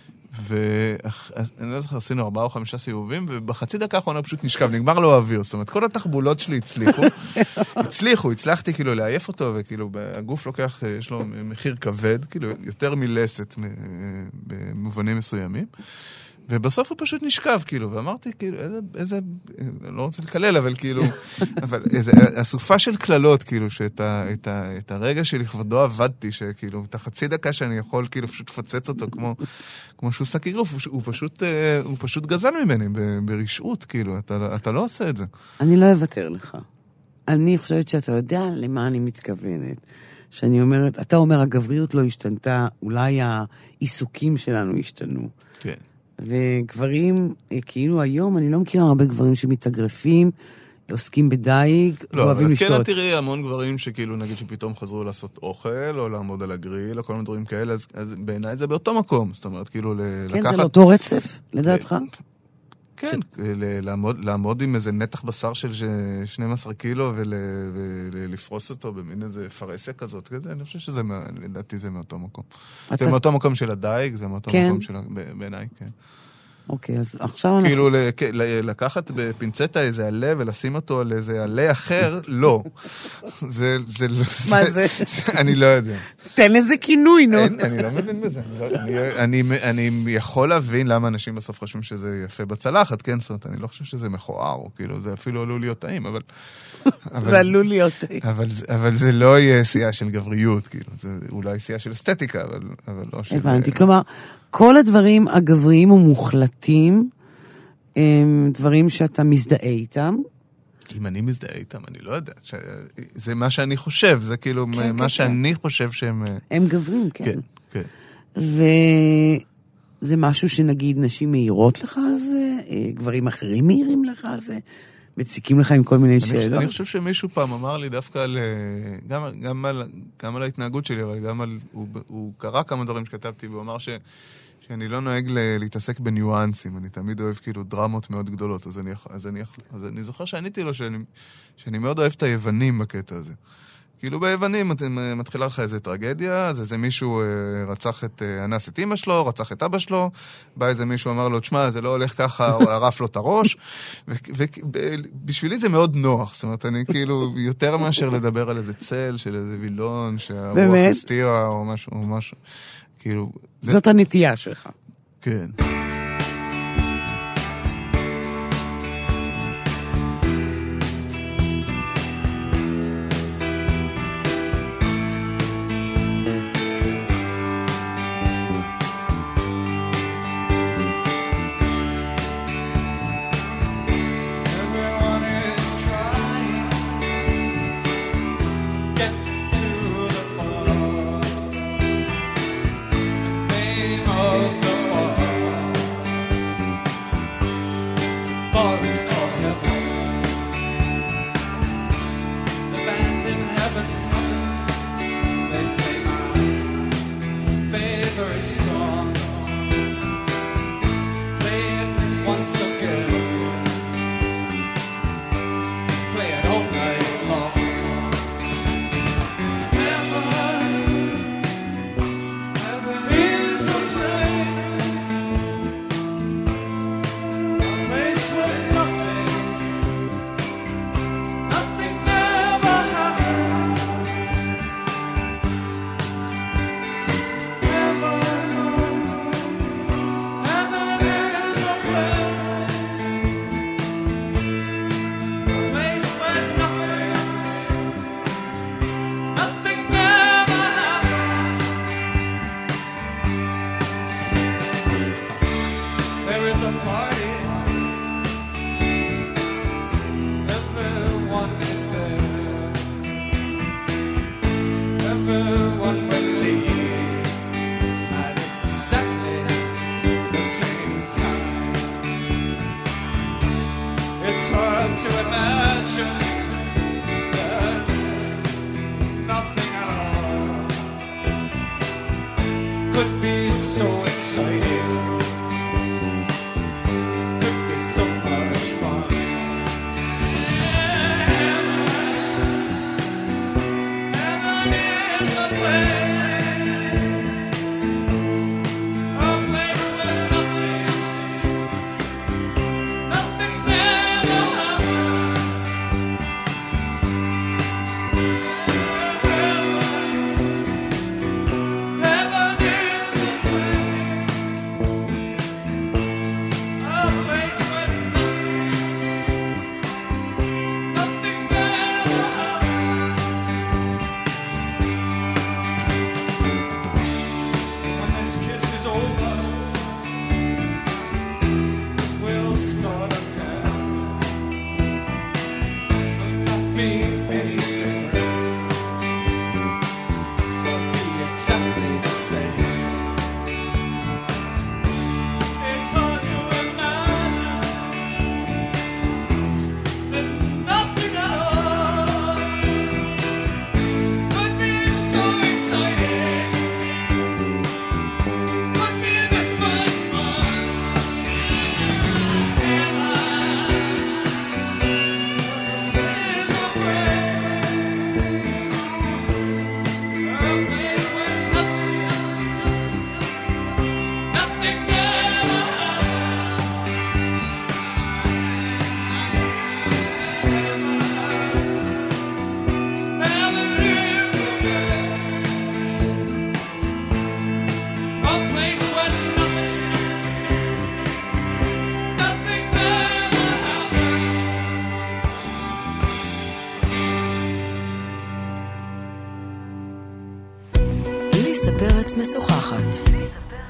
ואני לא זוכר, עשינו ארבעה או חמישה סיבובים, ובחצי דקה האחרונה פשוט נשכב, נגמר לו האוויר, זאת אומרת, כל התחבולות שלי הצליחו, הצליחו, הצלחתי כאילו להעיף אותו, וכאילו הגוף לוקח, יש לו מחיר כבד, כאילו יותר מלסת במובנים מסוימים, ובסוף הוא פשוט נשכב, כאילו, ואמרתי, כאילו, איזה, איזה, אני לא רוצה לקלל, אבל כאילו, אבל איזה, הסופה של כללות, כאילו, שאת ה, את ה, את הרגע שלכבודו עבדתי, שכאילו, את החצי דקה שאני יכול, כאילו, פשוט לפוצץ אותו, כמו, כמו שהוא סק אגרוף, הוא פשוט, הוא פשוט גזל ממני, ברשעות, כאילו, אתה, אתה לא עושה את זה. אני לא אוותר לך. אני חושבת שאתה יודע למה אני מתכוונת. שאני אומרת, אתה אומר, הגבריות לא השתנתה, אולי העיסוקים שלנו השתנו. כן. וגברים, כאילו היום, אני לא מכירה הרבה גברים שמתאגרפים, עוסקים בדייג, לא, ואוהבים לשתות. לא, אבל כן תראי המון גברים שכאילו נגיד שפתאום חזרו לעשות אוכל, או לעמוד על הגריל, או כל מיני דברים כאלה, אז, אז בעיניי זה באותו מקום, זאת אומרת, כאילו כן, לקחת... כן, זה לאותו רצף, לדעתך? כן, לעמוד, לעמוד עם איזה נתח בשר של שנים עשר קילו ולפרוס אותו במין איזה פרסיה כזאת, אני חושב שזה, לדעתי זה מאותו מקום. זה מאותו מקום של הדייג, זה מאותו מקום של בעיניי, כן. אוקיי, אז עכשיו אנחנו... כאילו לקחת בפינצטה איזה עלה ולשים אותו על איזה עלה אחר, לא. זה... מה זה? אני לא יודע. תן איזה כינוי, נו. אני לא מבין בזה. אני יכול להבין למה אנשים בסוף חושבים שזה יפה בצלחת, כן? זאת אומרת, אני לא חושב שזה מכוער, כאילו, זה אפילו עלול להיות טעים, אבל... זה עלול להיות טעים. אבל זה לא יהיה שיאה של גבריות, כאילו. זה אולי שיאה של אסתטיקה, אבל לא של... הבנתי, כלומר... כל הדברים הגבריים ומוחלטים, הם דברים שאתה מזדהה איתם. אם אני מזדהה איתם, אני לא יודע. זה מה שאני חושב, זה כאילו כן, מה כן, שאני כן. חושב שהם... הם גברים, כן. כן, כן. וזה משהו שנגיד נשים מהירות לך על זה, גברים אחרים מהירים לך על זה, מציקים לך עם כל מיני שאלות. אני חושב שמישהו פעם אמר לי דווקא על, גם, גם על, גם על ההתנהגות שלי, אבל גם על, הוא, הוא קרא כמה דברים שכתבתי, והוא אמר ש, שאני לא נוהג להתעסק בניואנסים, אני תמיד אוהב כאילו דרמות מאוד גדולות, אז אני, אז אני, אז אני זוכר שעניתי לו שאני, שאני מאוד אוהב את היוונים בקטע הזה. כאילו ביוונים מתחילה לך איזה טרגדיה, אז איזה מישהו רצח את, אנס את אמא שלו, רצח את אבא שלו, בא איזה מישהו אמר לו, תשמע, זה לא הולך ככה, הוא ערף לו את הראש, ובשבילי זה מאוד נוח, זאת אומרת, אני כאילו יותר מאשר לדבר על איזה צל של איזה וילון, שהרוח הסתירה או משהו, או משהו, כאילו... זאת הנטייה שלך. כן.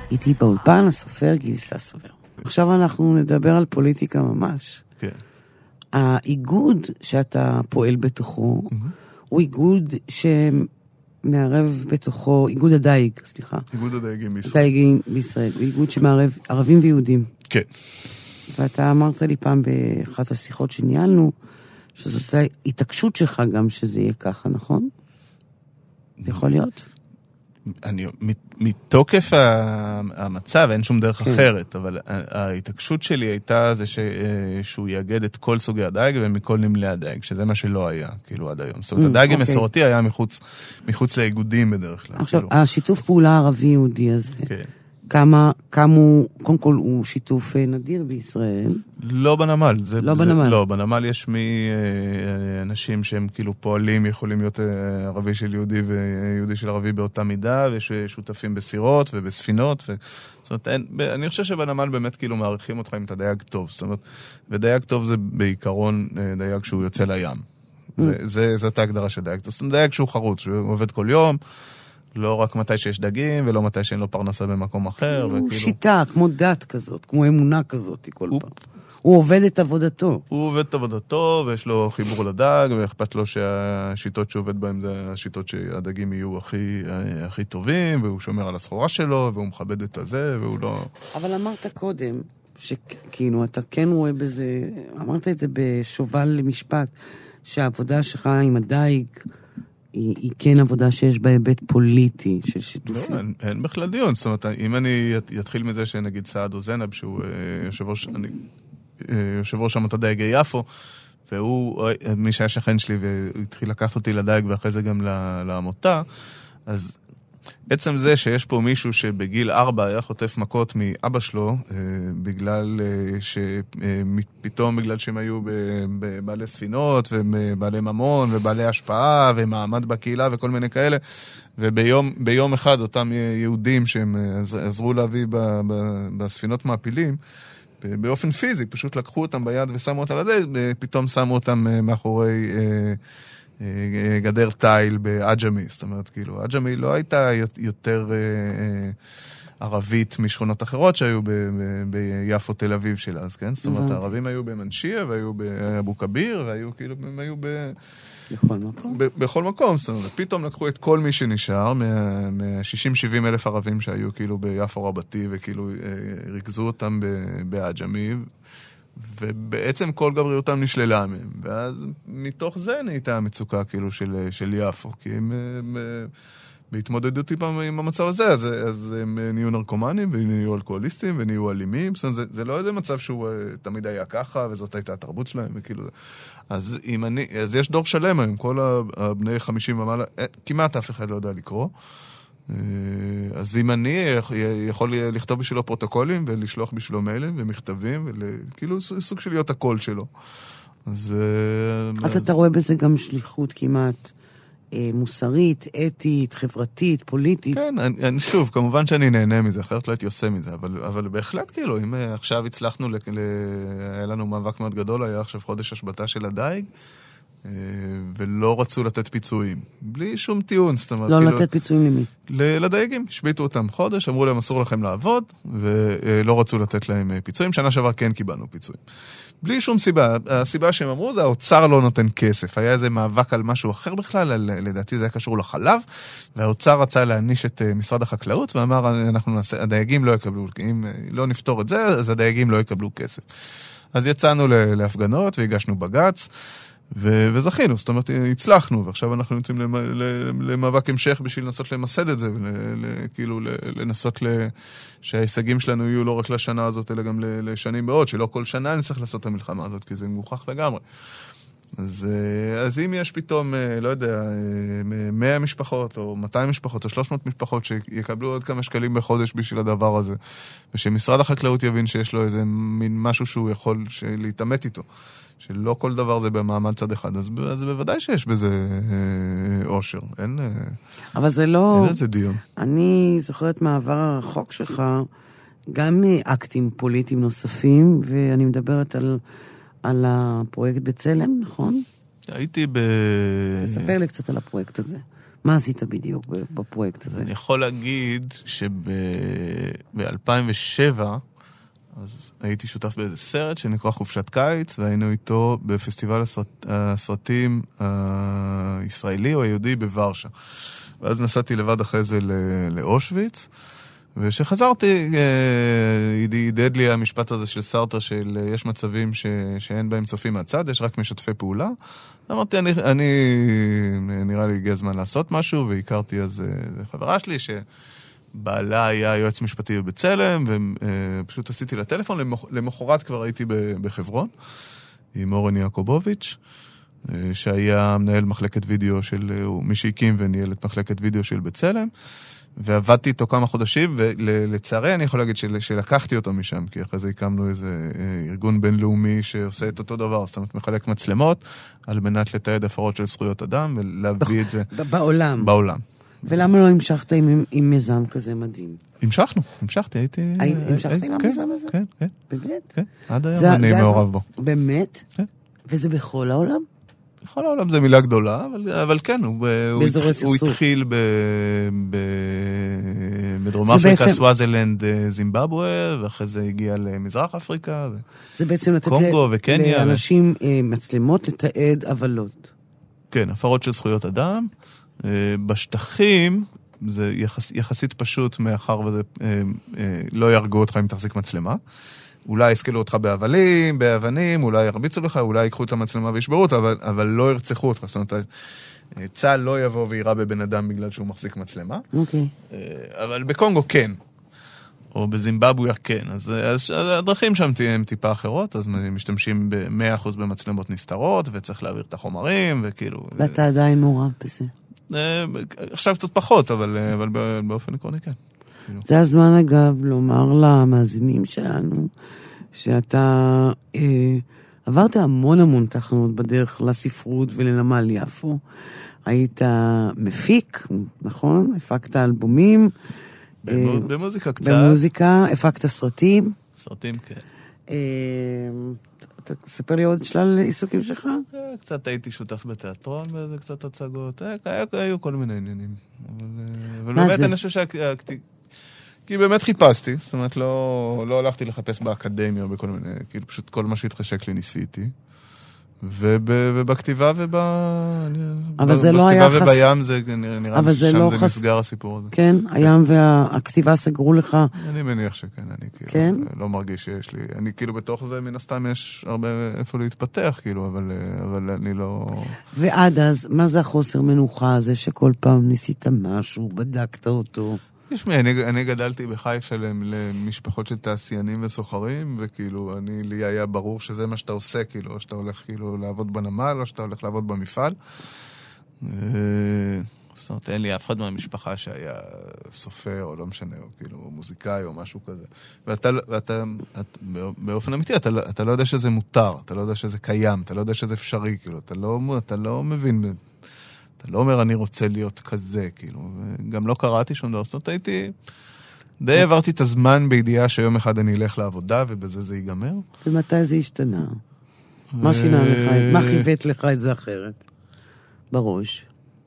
איתי באולפן, הסופר גיל ססובר. עכשיו אנחנו נדבר על פוליטיקה ממש. כן. האיגוד שאתה פועל בתוכו, mm-hmm. הוא איגוד שמערב בתוכו, איגוד הדייג, סליחה. איגוד הדייגים בישראל. הדייגים בישראל, הוא איגוד שמערב ערבים ויהודים. כן. ואתה אמרת לי פעם באחת השיחות שניהלנו, שזאת ההתעקשות שלך גם שזה יהיה ככה, נכון? יכול להיות? אני, מתוקף המצב, אין שום דרך אחרת, אבל ההתעקשות שלי הייתה זה שהוא יאגד את כל סוגי הדייג ומכל נמלי הדייג, שזה מה שלא היה, כאילו, עד היום. זאת אומרת, הדייג המסורתי היה מחוץ לאיגודים בדרך כלל. עכשיו, השיתוף פעולה הערבי-יהודי הזה, כן. כמה, כמה הוא, קודם כל הוא שיתוף נדיר בישראל. לא בנמל. זה, לא זה, בנמל. לא, בנמל יש מאנשים שהם כאילו פועלים, יכולים להיות ערבי של יהודי ויהודי של ערבי באותה מידה, ושותפים בסירות ובספינות. ו... זאת אומרת, אין, אני חושב שבנמל באמת כאילו מעריכים אותך עם את הדייג טוב. זאת אומרת, ודייג טוב זה בעיקרון דייג שהוא יוצא לים. זה, זה, זאת ההגדרה של דייג טוב. זאת אומרת, דייג שהוא חרוץ, שהוא עובד כל יום, לא רק מתי שיש דגים, ולא מתי שאין לו פרנסה במקום אחר. הוא וכאילו... שיטה, כמו דת כזאת, כמו אמונה כזאת, כל הוא... פעם. הוא עובד את עבודתו. הוא עובד את עבודתו, ויש לו חיבור לדג, ואכפת לו שהשיטות שעובד בהן זה השיטות שהדגים יהיו הכי, הכי טובים, והוא שומר על הסחורה שלו, והוא מכבד את הזה, והוא לא... אבל אמרת קודם, שכאילו, אתה כן רואה בזה, אמרת את זה בשובל למשפט, שהעבודה שלך עם הדייג, היא, היא כן עבודה שיש בה היבט פוליטי של שיתופים. לא, אין, אין בכלל דיון. זאת אומרת, אם אני יתחיל מזה שנגיד סעד אוזנב, שהוא יושב ראש, אני, יושב ראש עמותת דייגי יפו, והוא, מי שהיה שכן שלי, והוא התחיל לקחת אותי לדייג, ואחרי זה גם לעמותה, אז עצם זה שיש פה מישהו שבגיל ארבע היה חוטף מכות מאבא שלו, בגלל שפתאום בגלל שהם היו בבעלי ספינות, ובעלי ממון, ובעלי השפעה, ומעמד בקהילה, וכל מיני כאלה, וביום ביום אחד אותם יהודים שהם עזרו להביא בספינות מעפילים, באופן פיזי, פשוט לקחו אותם ביד ושמו אותם לזה, פתאום שמו אותם מאחורי... גדר טייל באג'מי, זאת אומרת, כאילו, אג'מי לא הייתה יותר אה, אה, ערבית משכונות אחרות שהיו ב- ב- ביפו תל אביב של אז, כן? זאת אומרת, הערבים היו במנשיה, והיו באבו כביר, והיו כאילו, הם היו ב... בכל מקום. ב- בכל מקום, זאת אומרת, פתאום לקחו את כל מי שנשאר, מה-שישים שבעים אלף ערבים שהיו כאילו ביפו רבתי, וכאילו אה, ריכזו אותם באג'מי, ובעצם כל גבריותם נשללה מהם, ואז מתוך זה נהייתה המצוקה כאילו של, של יפו, כי הם, הם בהתמודדות עם, עם המצב הזה, אז, אז הם נהיו נרקומנים, ונהיו אלכוהוליסטים, ונהיו אלימים, זאת אומרת, זה, זה לא איזה מצב שהוא תמיד היה ככה, וזאת הייתה התרבות שלהם, וכאילו, אז, אם אני, אז יש דור שלם היום, כל הבני חמישים ומעלה, כמעט אף אחד לא יודע לקרוא, אז אם אני יכול לכתוב בשבילו פרוטוקולים ולשלוח בשבילו מיילים ומכתבים, כאילו סוג של להיות הקול שלו. אז, אז אתה רואה בזה גם שליחות כמעט מוסרית, אתית, חברתית, פוליטית. כן, אני, שוב, כמובן שאני נהנה מזה, אחרת לא הייתי עושה מזה, אבל, אבל בהחלט כאילו, אם עכשיו הצלחנו, ל, ל, היה לנו מאבק מאוד גדול, היה עכשיו חודש השבטה של הדייג, ולא רצו לתת פיצויים, בלי שום טיעון, זאת אומרת, לא כאילו, לתת פיצויים למי? לדייגים, השביתו אותם חודש, אמרו להם אסור לכם לעבוד, ולא רצו לתת להם פיצויים, שנה שעבר כן קיבלנו פיצויים. בלי שום סיבה, הסיבה שהם אמרו זה, האוצר לא נותן כסף, היה איזה מאבק על משהו אחר בכלל, לדעתי זה היה קשור לחלב, והאוצר רצה להניש את משרד החקלאות, ואמר, אנחנו נעשה, הדייגים לא יקבלו, אם לא נפתור את זה, אז הדייגים לא יקבלו כסף. אז יצאנו להפגנות, והגשנו בגץ, ו- וזכינו, זאת אומרת, הצלחנו, ועכשיו אנחנו יוצאים למאבק המשך בשביל לנסות למסד את זה, וכאילו לנסות ל- שההישגים שלנו יהיו לא רק לשנה הזאת, אלא גם לשנים בעוד, שלא כל שנה נצטרך לעשות את המלחמה הזאת, כי זה מוכח לגמרי. אז, אז אם יש פתאום, לא יודע, מאה משפחות, או מאתיים משפחות, או שלוש מאות משפחות, שיקבלו עוד כמה שקלים בחודש בשביל הדבר הזה, ושמשרד החקלאות יבין שיש לו איזה מין משהו שהוא יכול להתאמת איתו, שלא כל דבר זה במעמד צד אחד, אז, אז בוודאי שיש בזה אה, אושר. אין, אבל זה לא... אין איזה דיון. אני זוכרת מעבר הרחוק שלך, גם אקטים פוליטיים נוספים, ואני מדברת על, על הפרויקט בצלם, נכון? הייתי ב... תספר לי קצת על הפרויקט הזה. מה עשית בדיוק בפרויקט הזה? אני יכול להגיד שב-אלפיים ושבע, אז הייתי שותף באיזה סרט שנקרא חופשת קיץ, והיינו איתו בפסטיבל הסרט, הסרטים הישראלי או היהודי בוורשה. ואז נסעתי לבד אחרי זה לאושוויץ, ושחזרתי, ידד לי המשפט הזה של סרטר, של יש מצבים ש, שאין בהם צופים מהצד, יש רק משתפי פעולה. אמרתי, אני, אני נראה לי הגיע הזמן לעשות משהו, והכרתי אז חברה שלי, שבעלה היה יועץ משפטי בבצלם, ופשוט עשיתי לה טלפון, למחרת כבר הייתי בחברון, עם אורן יעקובוביץ', שהיה מנהל מחלקת וידאו של, מי שהקים וניהל את מחלקת וידאו של בצלם, ועבדתי איתו כמה חודשים, ולצערי אני יכול להגיד של, שלקחתי אותו משם, כי אחרי זה הקמנו איזה ארגון בינלאומי שעושה את אותו דבר, זאת אומרת, מחלק מצלמות, על מנת לתעד הפרות של זכויות אדם, ולהביא את זה... בעולם. בעולם. ולמה לא המשכת עם, עם מיזם כזה מדהים? המשכנו, המשכתי, הייתי... היית, המשכת עם המיזם הזה? כן, כן. באמת? כן, עד היום אני מעורב בו. באמת? כן. וזה בכל העולם? בכל העולם זה מילה גדולה, אבל, אבל כן, הוא, הוא, התח, הוא התחיל ב, ב, בדרום אפריקה, בעצם... סוואזילנד, זימבבואה, ואחרי זה הגיע למזרח אפריקה, זה בעצם לתת קונגו וקניה. לאנשים ו... מצלמות לתעד עבלות. כן, הפרות של זכויות אדם. בשטחים זה יחס, יחסית פשוט, מאחר וזה לא ירגו אותך אם תחזיק מצלמה. אולי יסקלו אותך באבלים, באבנים, אולי ירביצו לך, אולי ייקחו את המצלמה וישברו אותה, אבל, אבל לא ירצחו אותך. זאת אומרת, צה"ל לא יבוא ויראה בבן אדם בגלל שהוא מחזיק מצלמה. אוקיי. אבל בקונגו כן. או בזימבבואה כן. אז, אז, אז הדרכים שם הם טיפה אחרות, אז משתמשים ב-מאה אחוז במצלמות נסתרות, וצריך להעביר את החומרים, וכאילו... ואתה עדיין מעורב בזה. עכשיו קצת פחות, אבל, אבל באופן עקרוני כן. זה הזמן אגב לומר למאזינים שלנו שאתה אה, עברת המון המון תחנות בדרך לספרות ולנמל יפו. היית מפיק, נכון? הפקת אלבומים. במוזיקה אה, קצת. במוזיקה, הפקת סרטים. סרטים, כן. אה, אתה תספר לי עוד שלל עיסוקים שלך? קצת הייתי שותף בתיאטרון באיזה קצת הצגות. היו כל מיני עניינים. אבל באמת אני חושב שהאקטיב... כי באמת חיפשתי, זאת אומרת, לא, לא הלכתי לחפש באקדמיה, בכל מיני, כאילו פשוט כל מה שהתחשק לי ניסיתי. וב, ובכתיבה וב... אבל זה לא היה חס... ובים זה נראה לי ששם לא זה חס... נסגר הסיפור הזה. כן? הים והכתיבה סגרו לך? אני מניח שכן, אני כאילו כן? לא מרגיש שיש לי, אני כאילו בתוך זה מן הסתם יש הרבה איפה להתפתח, כאילו, אבל, אבל אני לא... ועד אז, מה זה החוסר מנוחה הזה שכל פעם ניסית משהו, בדקת אותו? תשמעי, אני, אני גדלתי בחיפה למשפחות של תעשיינים וסוחרים, וכאילו, אני, לי היה ברור שזה מה שאתה עושה, כאילו, או שאתה הולך כאילו לעבוד בנמל, או שאתה הולך לעבוד במפעל. זאת אומרת, אין לי אף אחד מהמשפחה שהיה סופר, או לא משנה, או כאילו מוזיקאי, או משהו כזה. ואתה, ואתה, את, באופן אמיתי, אתה, אתה לא יודע שזה מותר, אתה לא יודע שזה קיים, אתה לא יודע שזה אפשרי, כאילו, אתה לא, אתה לא מבין... אתה לא אומר, אני רוצה להיות כזה, כאילו, וגם לא קראתי שום דבר, זאת אומרת, הייתי, די עברתי את הזמן בידיעה שיום אחד אני אלך לעבודה, ובזה זה ייגמר. ומתי זה השתנה? מה שינה לך, מה חיוות לך את זה אחרת? בראש.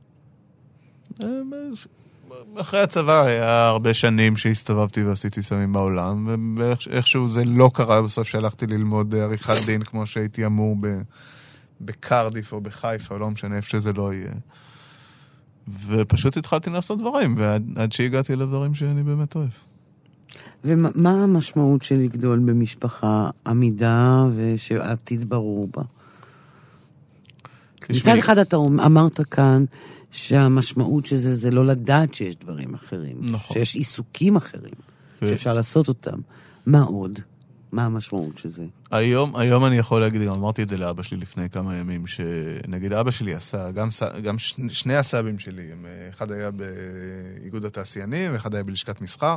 אחרי הצבא היה הרבה שנים שהסתובבתי ועשיתי סמים בעולם, ואיכשהו זה לא קרה בסוף שהלכתי ללמוד עריכת דין, כמו שהייתי אמור ב... בקרדיף או בחיפה, או לא משנה איפה שזה לא יהיה. ופשוט התחלתי לעשות דברים, ועד שהגעתי לדברים שאני באמת אוהב. ומה המשמעות של לגדול במשפחה עמידה ושעתיד ברור בה? מצד אחד אתה אמרת כאן שהמשמעות של זה זה לא לדעת שיש דברים אחרים. נכון. שיש עיסוקים אחרים, שאפשר לעשות אותם. מה עוד? מה המשמעות של זה? היום, היום אני יכול להגיד, גם אמרתי את זה לאבא שלי לפני כמה ימים, שנגיד אבא שלי עשה, גם, גם שני הסבים שלי, אחד היה באיגוד התעשיינים, ואחד היה בלשכת מסחר,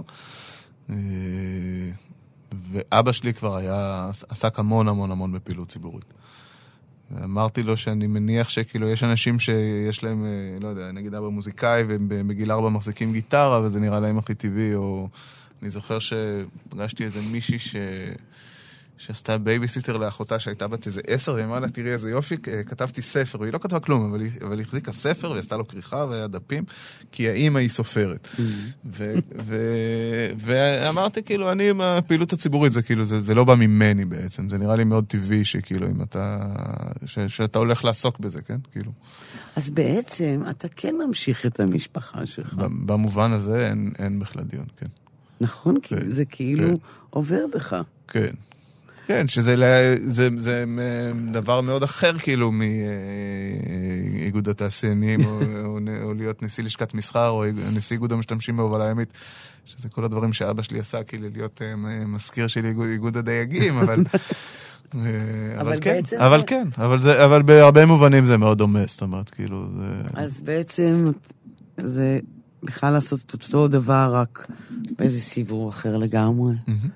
ואבא שלי כבר היה, עסק המון המון המון בפעילות ציבורית. ואמרתי לו שאני מניח שכאילו יש אנשים שיש להם, לא יודע, נגיד אבא מוזיקאי, ובגיל ארבע מחזיקים גיטרה, וזה נראה להם הכי טבעי, או... אני זוכר שפגשתי איזה מישהי ש... שעשתה בייביסיטר לאחותה שהייתה בת איזה עשר, והיא אמרה לה, תראי איזה יופי, כתבתי ספר, והיא לא כתבה כלום, אבל היא, אבל היא החזיקה ספר, ועשתה לו כריכה והיה דפים, כי האמא היא סופרת. ו, ו, ואמרתי, כאילו, אני עם הפעילות הציבורית, זה כאילו, זה, זה לא בא ממני בעצם, זה נראה לי מאוד טבעי, שכאילו, אם אתה, ש, שאתה הולך לעסוק בזה, כן? כאילו. אז בעצם, אתה כן ממשיך את המשפחה שלך. במובן הזה, אין, אין בכלל דיון, כן. נכון? כי זה כאילו עובר בך. כן. כן, שזה זה, זה דבר מאוד אחר, כאילו, מאיגוד התעשיינים, או, או, או להיות נשיא לשכת מסחר, או נשיא איגוד המשתמשים בהובלה ימית, שזה כל הדברים שאבא שלי עשה, כאילו, להיות מזכיר של איגוד, איגוד הדייגים, אבל... אבל, אבל כן, אבל זה... כן, אבל זה, אבל בהרבה מובנים זה מאוד דומה, זאת אומרת, כאילו, זה... אז בעצם זה בכלל לעשות את אותו דבר, רק באיזה סיבור אחר לגמרי.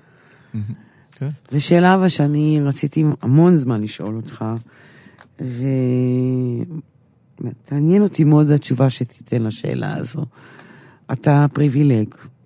זו שאלה אבל שאני רציתי המון זמן לשאול אותך, ותעניין אותי מאוד התשובה שתיתן לשאלה הזו. אתה פריבילג,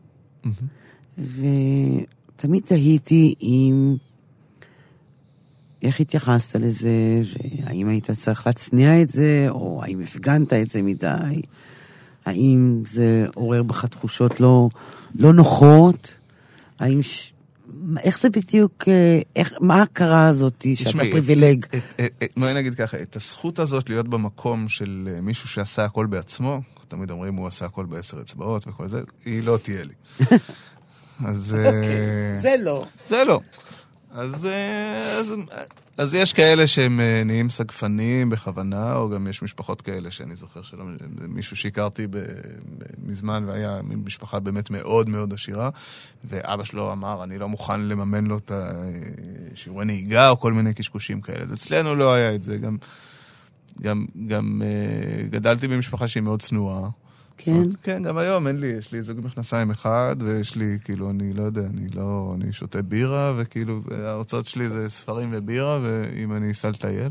ותמיד תהיתי אם... איך התייחסת לזה, והאם היית צריך להצניע את זה, או האם הפגנת את זה מדי, האם זה עורר בך תחושות לא, לא נוחות, האם... ש... איך זה בדיוק, איך, מה ההכרה הזאת שאתה פריבילג? בואי נגיד ככה, את הזכות הזאת להיות במקום של מישהו שעשה הכל בעצמו, תמיד אומרים הוא עשה הכל בעשר אצבעות וכל זה, היא לא תהיה לי. אז... זה לא. זה לא. אז, אז, אז יש כאלה שהם נהיים סגפניים בכוונה, או גם יש משפחות כאלה שאני זוכר שלא, מישהו שהכרתי מזמן, והיה משפחה באמת מאוד מאוד עשירה, ואבא שלו אמר, אני לא מוכן לממן לו את שיעורי נהיגה, או כל מיני קשקושים כאלה. אז אצלנו לא היה את זה, גם, גם, גם גדלתי במשפחה שהיא מאוד צנועה, כן. כן, גם היום אין לי, יש לי זוג מכנסיים אחד, ויש לי, כאילו, אני לא יודע, אני לא, אני שותה בירה, וכאילו, ההוצאות שלי זה ספרים ובירה, ואם אני אסע לטייל.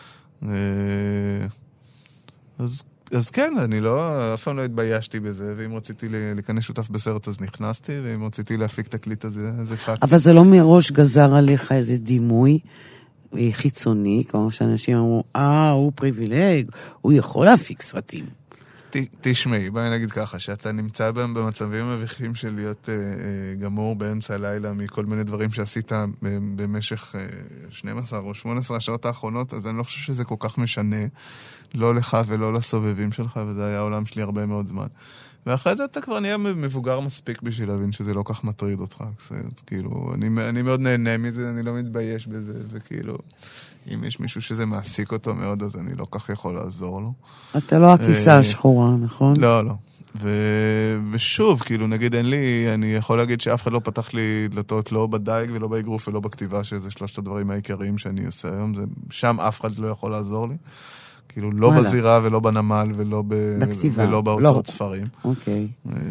אז, אז כן, אני לא, אף פעם לא התביישתי בזה, ואם רציתי להיכנס שותף בסרט, אז נכנסתי, ואם רציתי להפיק תקליט, אז זה פאקט. אבל זה לא מראש גזר עליך איזה דימוי חיצוני, כמו שאנשים אמרו, אה, הוא פריבילג, הוא יכול להפיק סרטים. תשמעי, בואי נגיד ככה, שאתה נמצא בהם במצבים מביכים של להיות אה, אה, גמור באמצע הלילה מכל מיני דברים שעשית במשך אה, שתים עשרה או שמונה עשרה השעות האחרונות, אז אני לא חושב שזה כל כך משנה, לא לך ולא לסובבים שלך, וזה היה העולם שלי הרבה מאוד זמן. ואחרי זה אתה כבר נהיה מבוגר מספיק בשביל להבין שזה לא כך מטריד אותך. זה, כאילו, אני, אני מאוד נהנה מזה, אני לא מתבייש בזה, וכאילו, אם יש מישהו שזה מעסיק אותו מאוד, אז אני לא כך יכול לעזור לו. אתה לא הכיסה השחורה, נכון? לא, לא. ו... ושוב, כאילו, נגיד, אין לי, אני יכול להגיד שאף אחד לא פתח לי דלתות, לא בדייג ולא באגרוף ולא בכתיבה, שזה שלושת הדברים העיקריים שאני עושה היום. זה, שם אף אחד לא יכול לעזור לי. כאילו, לא בזירה ולא בנמל ולא, ב... ולא בהוצאות לא. ספרים. אוקיי.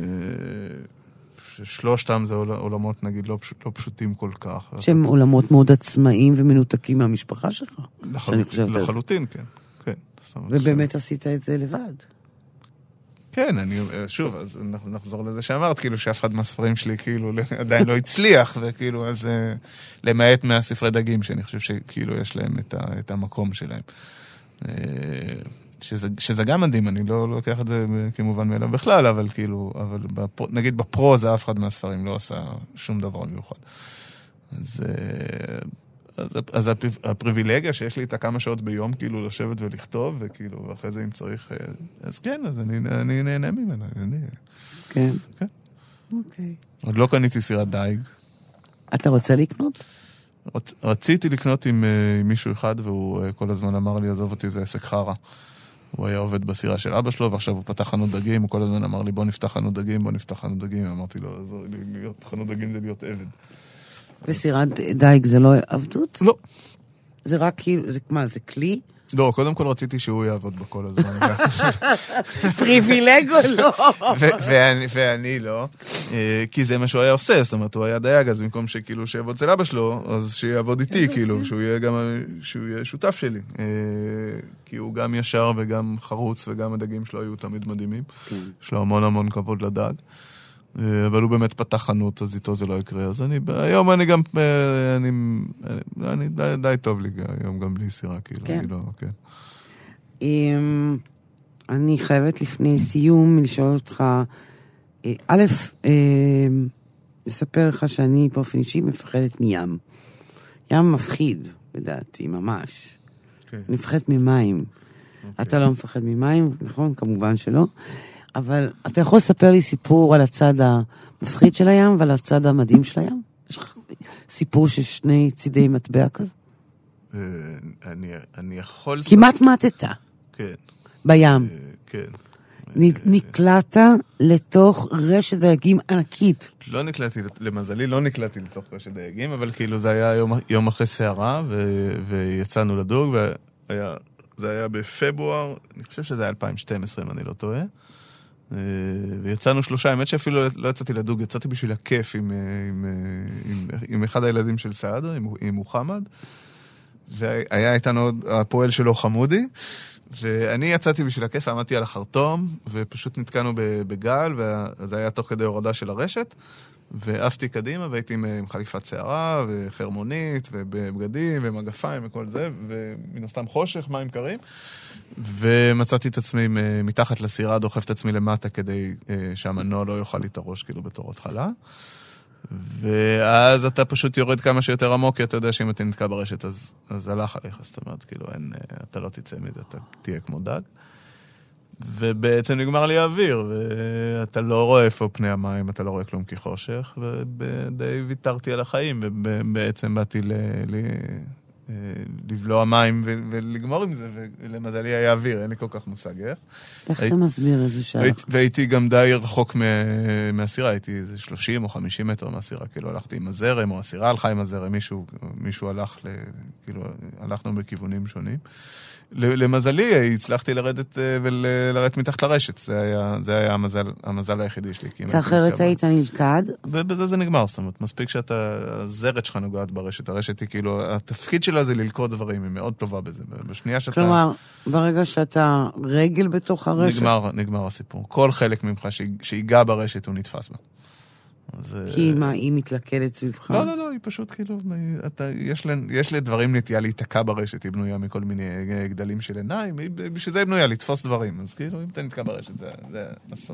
שלושתם זה עולמות, נגיד, לא, פשוט, לא פשוטים כל כך. שהם עולמות מאוד עצמאיים ומנותקים מהמשפחה שלך. לחלוט... לחלוטין, כן. כן. ובאמת עשית את זה לבד. כן, אני, שוב, אז נחזור לזה שאמרת, כאילו, שאף אחד מהספרים שלי, כאילו, עדיין לא הצליח, וכאילו, אז למעט מהספרי דגים, שאני חושב שכאילו יש להם את, ה, את המקום שלהם. שזה, שזה גם מדהים, אני לא לוקח את זה כמובן מאליו בכלל, אבל כאילו, אבל בפרו, נגיד בפרוזה אף אחד מהספרים לא עשה שום דבר מיוחד. אז, אז, אז הפריבילגיה שיש לי איתה כמה שעות ביום, כאילו לשבת ולכתוב, וכאילו, ואחרי זה אם צריך, אז כן, אז אני, אני נהנה ממנה. אני, כן. כן. אוקיי. עוד לא קניתי סירת דייג. אתה רוצה לקנות? רציתי לקנות עם, עם מישהו אחד, והוא כל הזמן אמר לי, עזוב אותי, זה עסק חרה. הוא היה עובד בסירה של אבא שלו, ועכשיו הוא פתח חנות דגים, הוא כל הזמן אמר לי, בוא נפתח חנות דגים, בוא נפתח חנות דגים. אמרתי לו, להיות חנות דגים זה להיות עבד. וסירת דייג זה לא עבדות? לא. זה רק כאילו, זה מה, זה כלי? לא, קודם כל רציתי שהוא יעבוד בכל הזמן. פריבילג או לא? ואני לא, כי זה מה שהוא היה עושה, זאת אומרת, הוא היה דייג, אז במקום שכאילו שיעבוד אצל אבא שלו, אז שיעבוד איתי, כאילו, שהוא יהיה גם, שהוא יהיה שותף שלי. כי הוא גם ישר וגם חרוץ, וגם הדגים שלו היו תמיד מדהימים. יש לו המון המון כבוד לדג. אבל הוא באמת פתח חנות, אז איתו זה לא יקרה. אז אני, היום אני גם, אני, אני די, די טוב לי היום גם בלי סירה, כאילו, כן. אני לא, כן. אני חייבת לפני סיום לשאול אותך, א', לספר לך שאני באופן אישי מפחדת מים. ים מפחיד, בדעתי, ממש. כן. אני מפחדת ממים. אתה לא מפחד ממים, נכון? כמובן שלא. אבל אתה יכול לספר לי סיפור על הצד המפחיד של הים ועל הצד המדהים של הים? יש לך סיפור של שני צידי מטבע כזה? אני, אני יכול... כמעט מתת. כן. בים. כן. נקלעת לתוך רשת דייגים ענקית. לא נקלעתי, למזלי לא נקלעתי לתוך רשת דייגים, אבל כאילו זה היה יום, יום אחרי סערה, ו, ויצאנו לדוג, והיה, זה היה בפברואר, אני חושב שזה היה אלפיים ושתים עשרה, אם אני לא טועה. ויצאנו שלושה, האמת שאפילו לא יצאתי לדוג, יצאתי בשביל הכיף עם, עם, עם, עם אחד הילדים של סעדה, עם, עם מוחמד, והיה איתנו עוד הפועל שלו חמודי, ואני יצאתי בשביל הכיף, עמדתי על החרטום, ופשוט נתקענו בגל, וזה היה תוך כדי הורדה של הרשת, ועפתי קדימה, והייתי עם חליפת שערה, וחרמונית, ובבגדים, ומגפיים, וכל זה, ומן הסתם חושך, מים קרים, ומצאתי את עצמי מתחת לסירה, דוחף את עצמי למטה, כדי שהמנוע לא יוכל להתראש, כאילו בתור התחלה. ואז אתה פשוט יורד כמה שיותר עמוק, כי אתה יודע שאם אתה נתקע ברשת, אז, אז הלך עליך, זאת אומרת, כאילו, אין, אתה לא תצא מזה, אתה תהיה כמו דג. ובעצם נגמר לי האוויר, ואתה לא רואה איפה פני המים, אתה לא רואה כלום כחושך, ודי ויתרתי על החיים, ובעצם באתי ל... ל... לבלוע מים ולגמור עם זה, ולמזלי היה אוויר, אין לי כל כך מושג איך. איך אתה מסביר את זה שלך? והייתי גם די רחוק מהסירה, הייתי איזה שלושים או חמישים מטר מהסירה, כאילו הלכתי עם הזרם, או הסירה הלכה עם הזרם, מישהו הלך, כאילו הלכנו בכיוונים שונים. למזלי, הצלחתי לרדת ולרדת מתחת לרשת, זה היה המזל היחידי שלי. כי אחרת היית נלכד? ובזה זה נגמר, זאת אומרת, מספיק שאתה, הזרת שלך נוגעת ברשת, הרשת היא כאילו, התפקיד שלה זה ללכוד דברים, היא מאוד טובה בזה, בשנייה שאתה... כלומר, ברגע שאתה רגל בתוך הרשת? נגמר, נגמר הסיפור. כל חלק ממך שיגע ברשת הוא נתפס בה. כי מה, היא מתלכדת סביבך? לא, לא, לא, היא פשוט כאילו, יש לה דברים נטייה להתעקע ברשת, היא בנויה מכל מיני גדלים של עיניים, בשביל זה היא בנויה לתפוס דברים, אז כאילו, אם אתה נתקע ברשת, זה הסוף.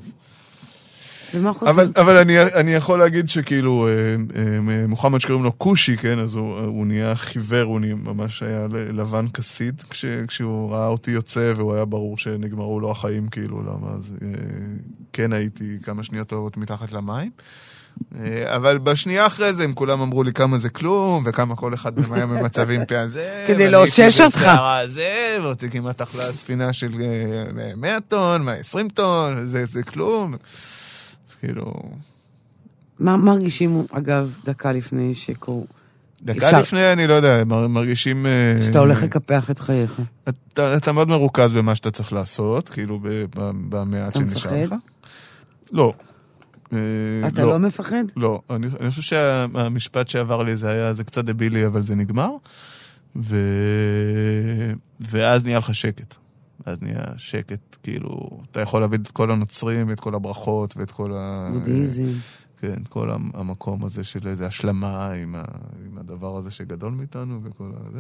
אבל אני יכול להגיד שכאילו, מוחמד שקוראים לו קושי, כן, אז הוא נהיה חיוור, הוא ממש היה לבן כסיד, כשהוא ראה אותי יוצא, והוא היה ברור שנגמרו לו החיים, כאילו, למה, אז כן הייתי כמה שניות טובות מתחת למים. אבל בשנייה אחרי זה, הם כולם אמרו לי כמה זה כלום, וכמה כל אחד מהם היה במצבים פה זה. כדי להושש אותך. זה, ואותי כמעט אחלה ספינה של מאה טון, מאה ועשרים טון, זה כלום. אז כאילו... מה מרגישים, אגב, דקה לפני שקור? דקה לפני, אני לא יודע, מרגישים... שאתה הולך לקפח את חייך. אתה מאוד מרוכז במה שאתה צריך לעשות, כאילו במעט שנשאר לך. לא. אתה לא מפחד? לא, אני חושב שהמשפט שעבר לי זה היה, זה קצת דבילי, אבל זה נגמר, ואז נהיה לך שקט. אז נהיה שקט, כאילו, אתה יכול להביא את כל הנוצרים, את כל הברכות, ואת כל ה... בודהיזם. כן, את כל המקום הזה של איזו השלמה עם הדבר הזה שגדול מאיתנו, וכל הזה.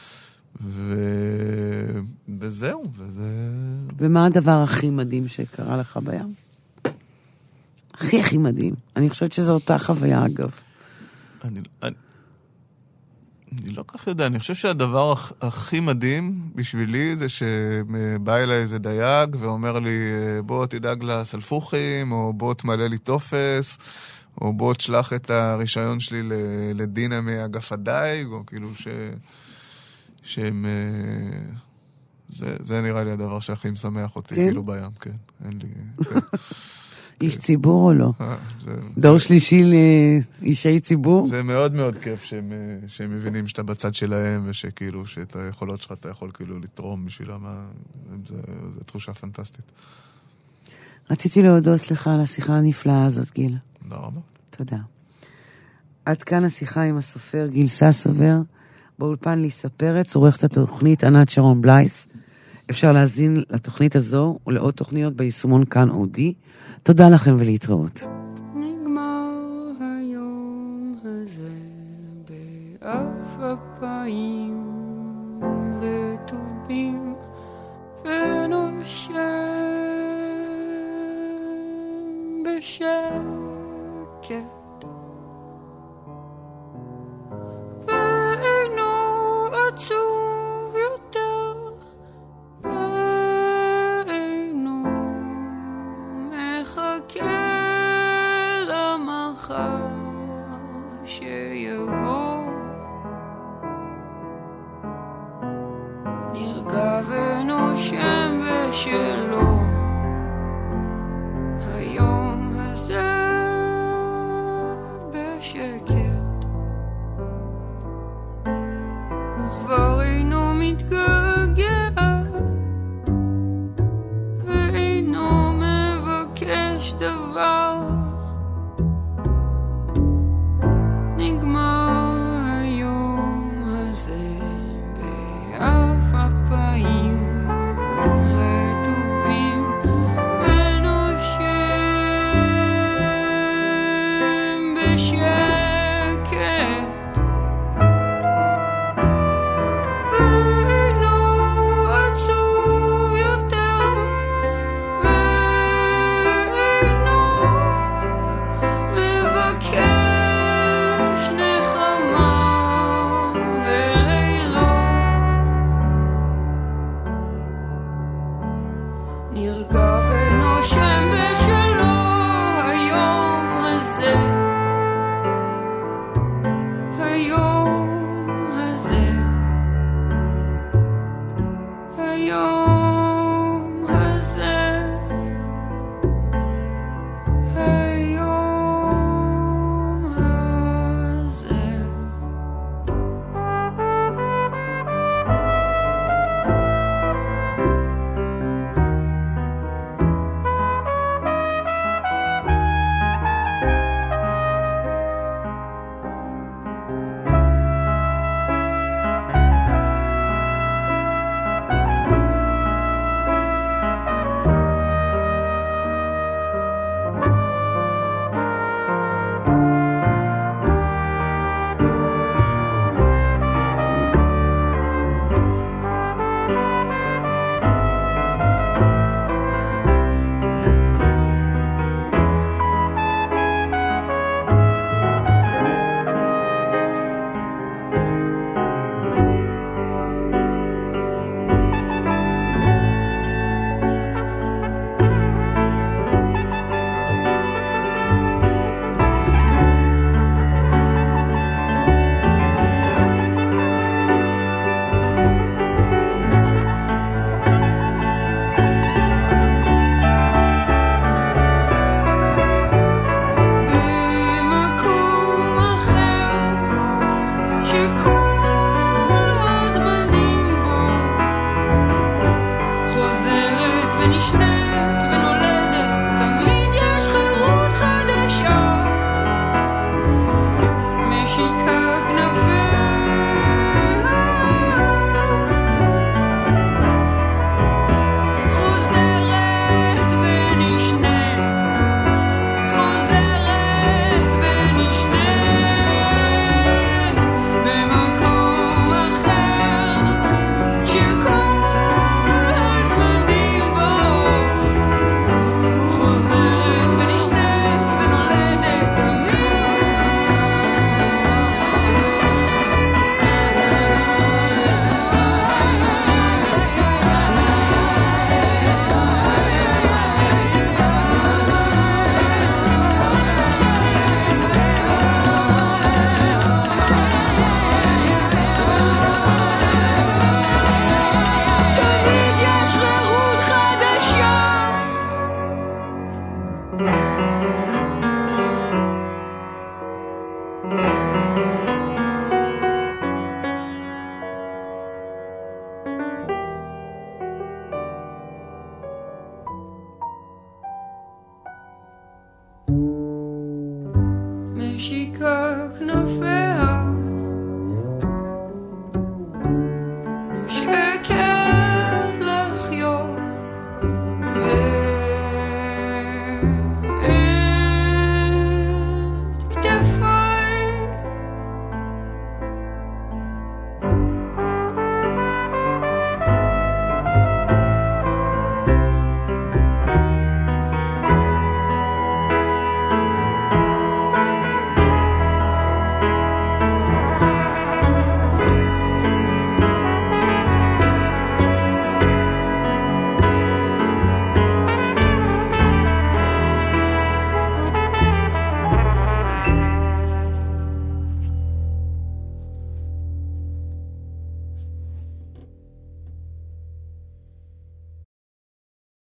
וזהו, וזה... ומה הדבר הכי מדהים שקרה לך בים? הכי הכי מדהים. אני חושבת שזו אותה חוויה, אגב. אני, אני, אני לא כך יודע, אני חושב שהדבר הכי מדהים בשבילי זה שבא אליי איזה דייג ואומר לי, בוא תדאג לסלפוחים, או בוא תמלא לי טופס, או בוא תשלח את הרישיון שלי לדינה מאגף הדייג, או כאילו ש... שהם... זה, זה נראה לי הדבר שהכי משמח אותי, כן? כאילו בים, כן. אין לי... כן. איש ציבור או לא? דור שלישי לאישי ציבור? זה מאוד מאוד כיף שהם מבינים שאתה בצד שלהם, ושכאילו, שאת היכולות שלך אתה יכול כאילו לתרום בשבילם, זו תחושה פנטסטית. רציתי להודות לך על השיחה הנפלאה הזאת, גיל. תודה רבה. תודה. עד כאן השיחה עם הסופר גיל ססובר, באולפן ליסה פרץ, עורכת התוכנית ענת שרון בלייס. אפשר להזין לתוכנית הזו ולעוד תוכניות ביישומון כאן אודי. תודה לכם ולהתראות. באף אפיים רטובים ונושם בשקט ואינו עצוב יותר ואינו מחכה למחר שיבוא נרגע ונושם בשלו היום הזה בשקט וכבר אינו מתגעגע ואינו מבקש דבר נגמר היום הזה באף אפיים רטובים ונושם בשקט ואינו עצוב יותר ואינו מבקש נחמה בלילו נרגע ונושם בשלו היום הזה היום הזה היום הזה היום הזה במקום אחר שכל הזמנים בו חוזרת ונשנית ונולדת תמיד יש חירות חדשה משיקה כנפי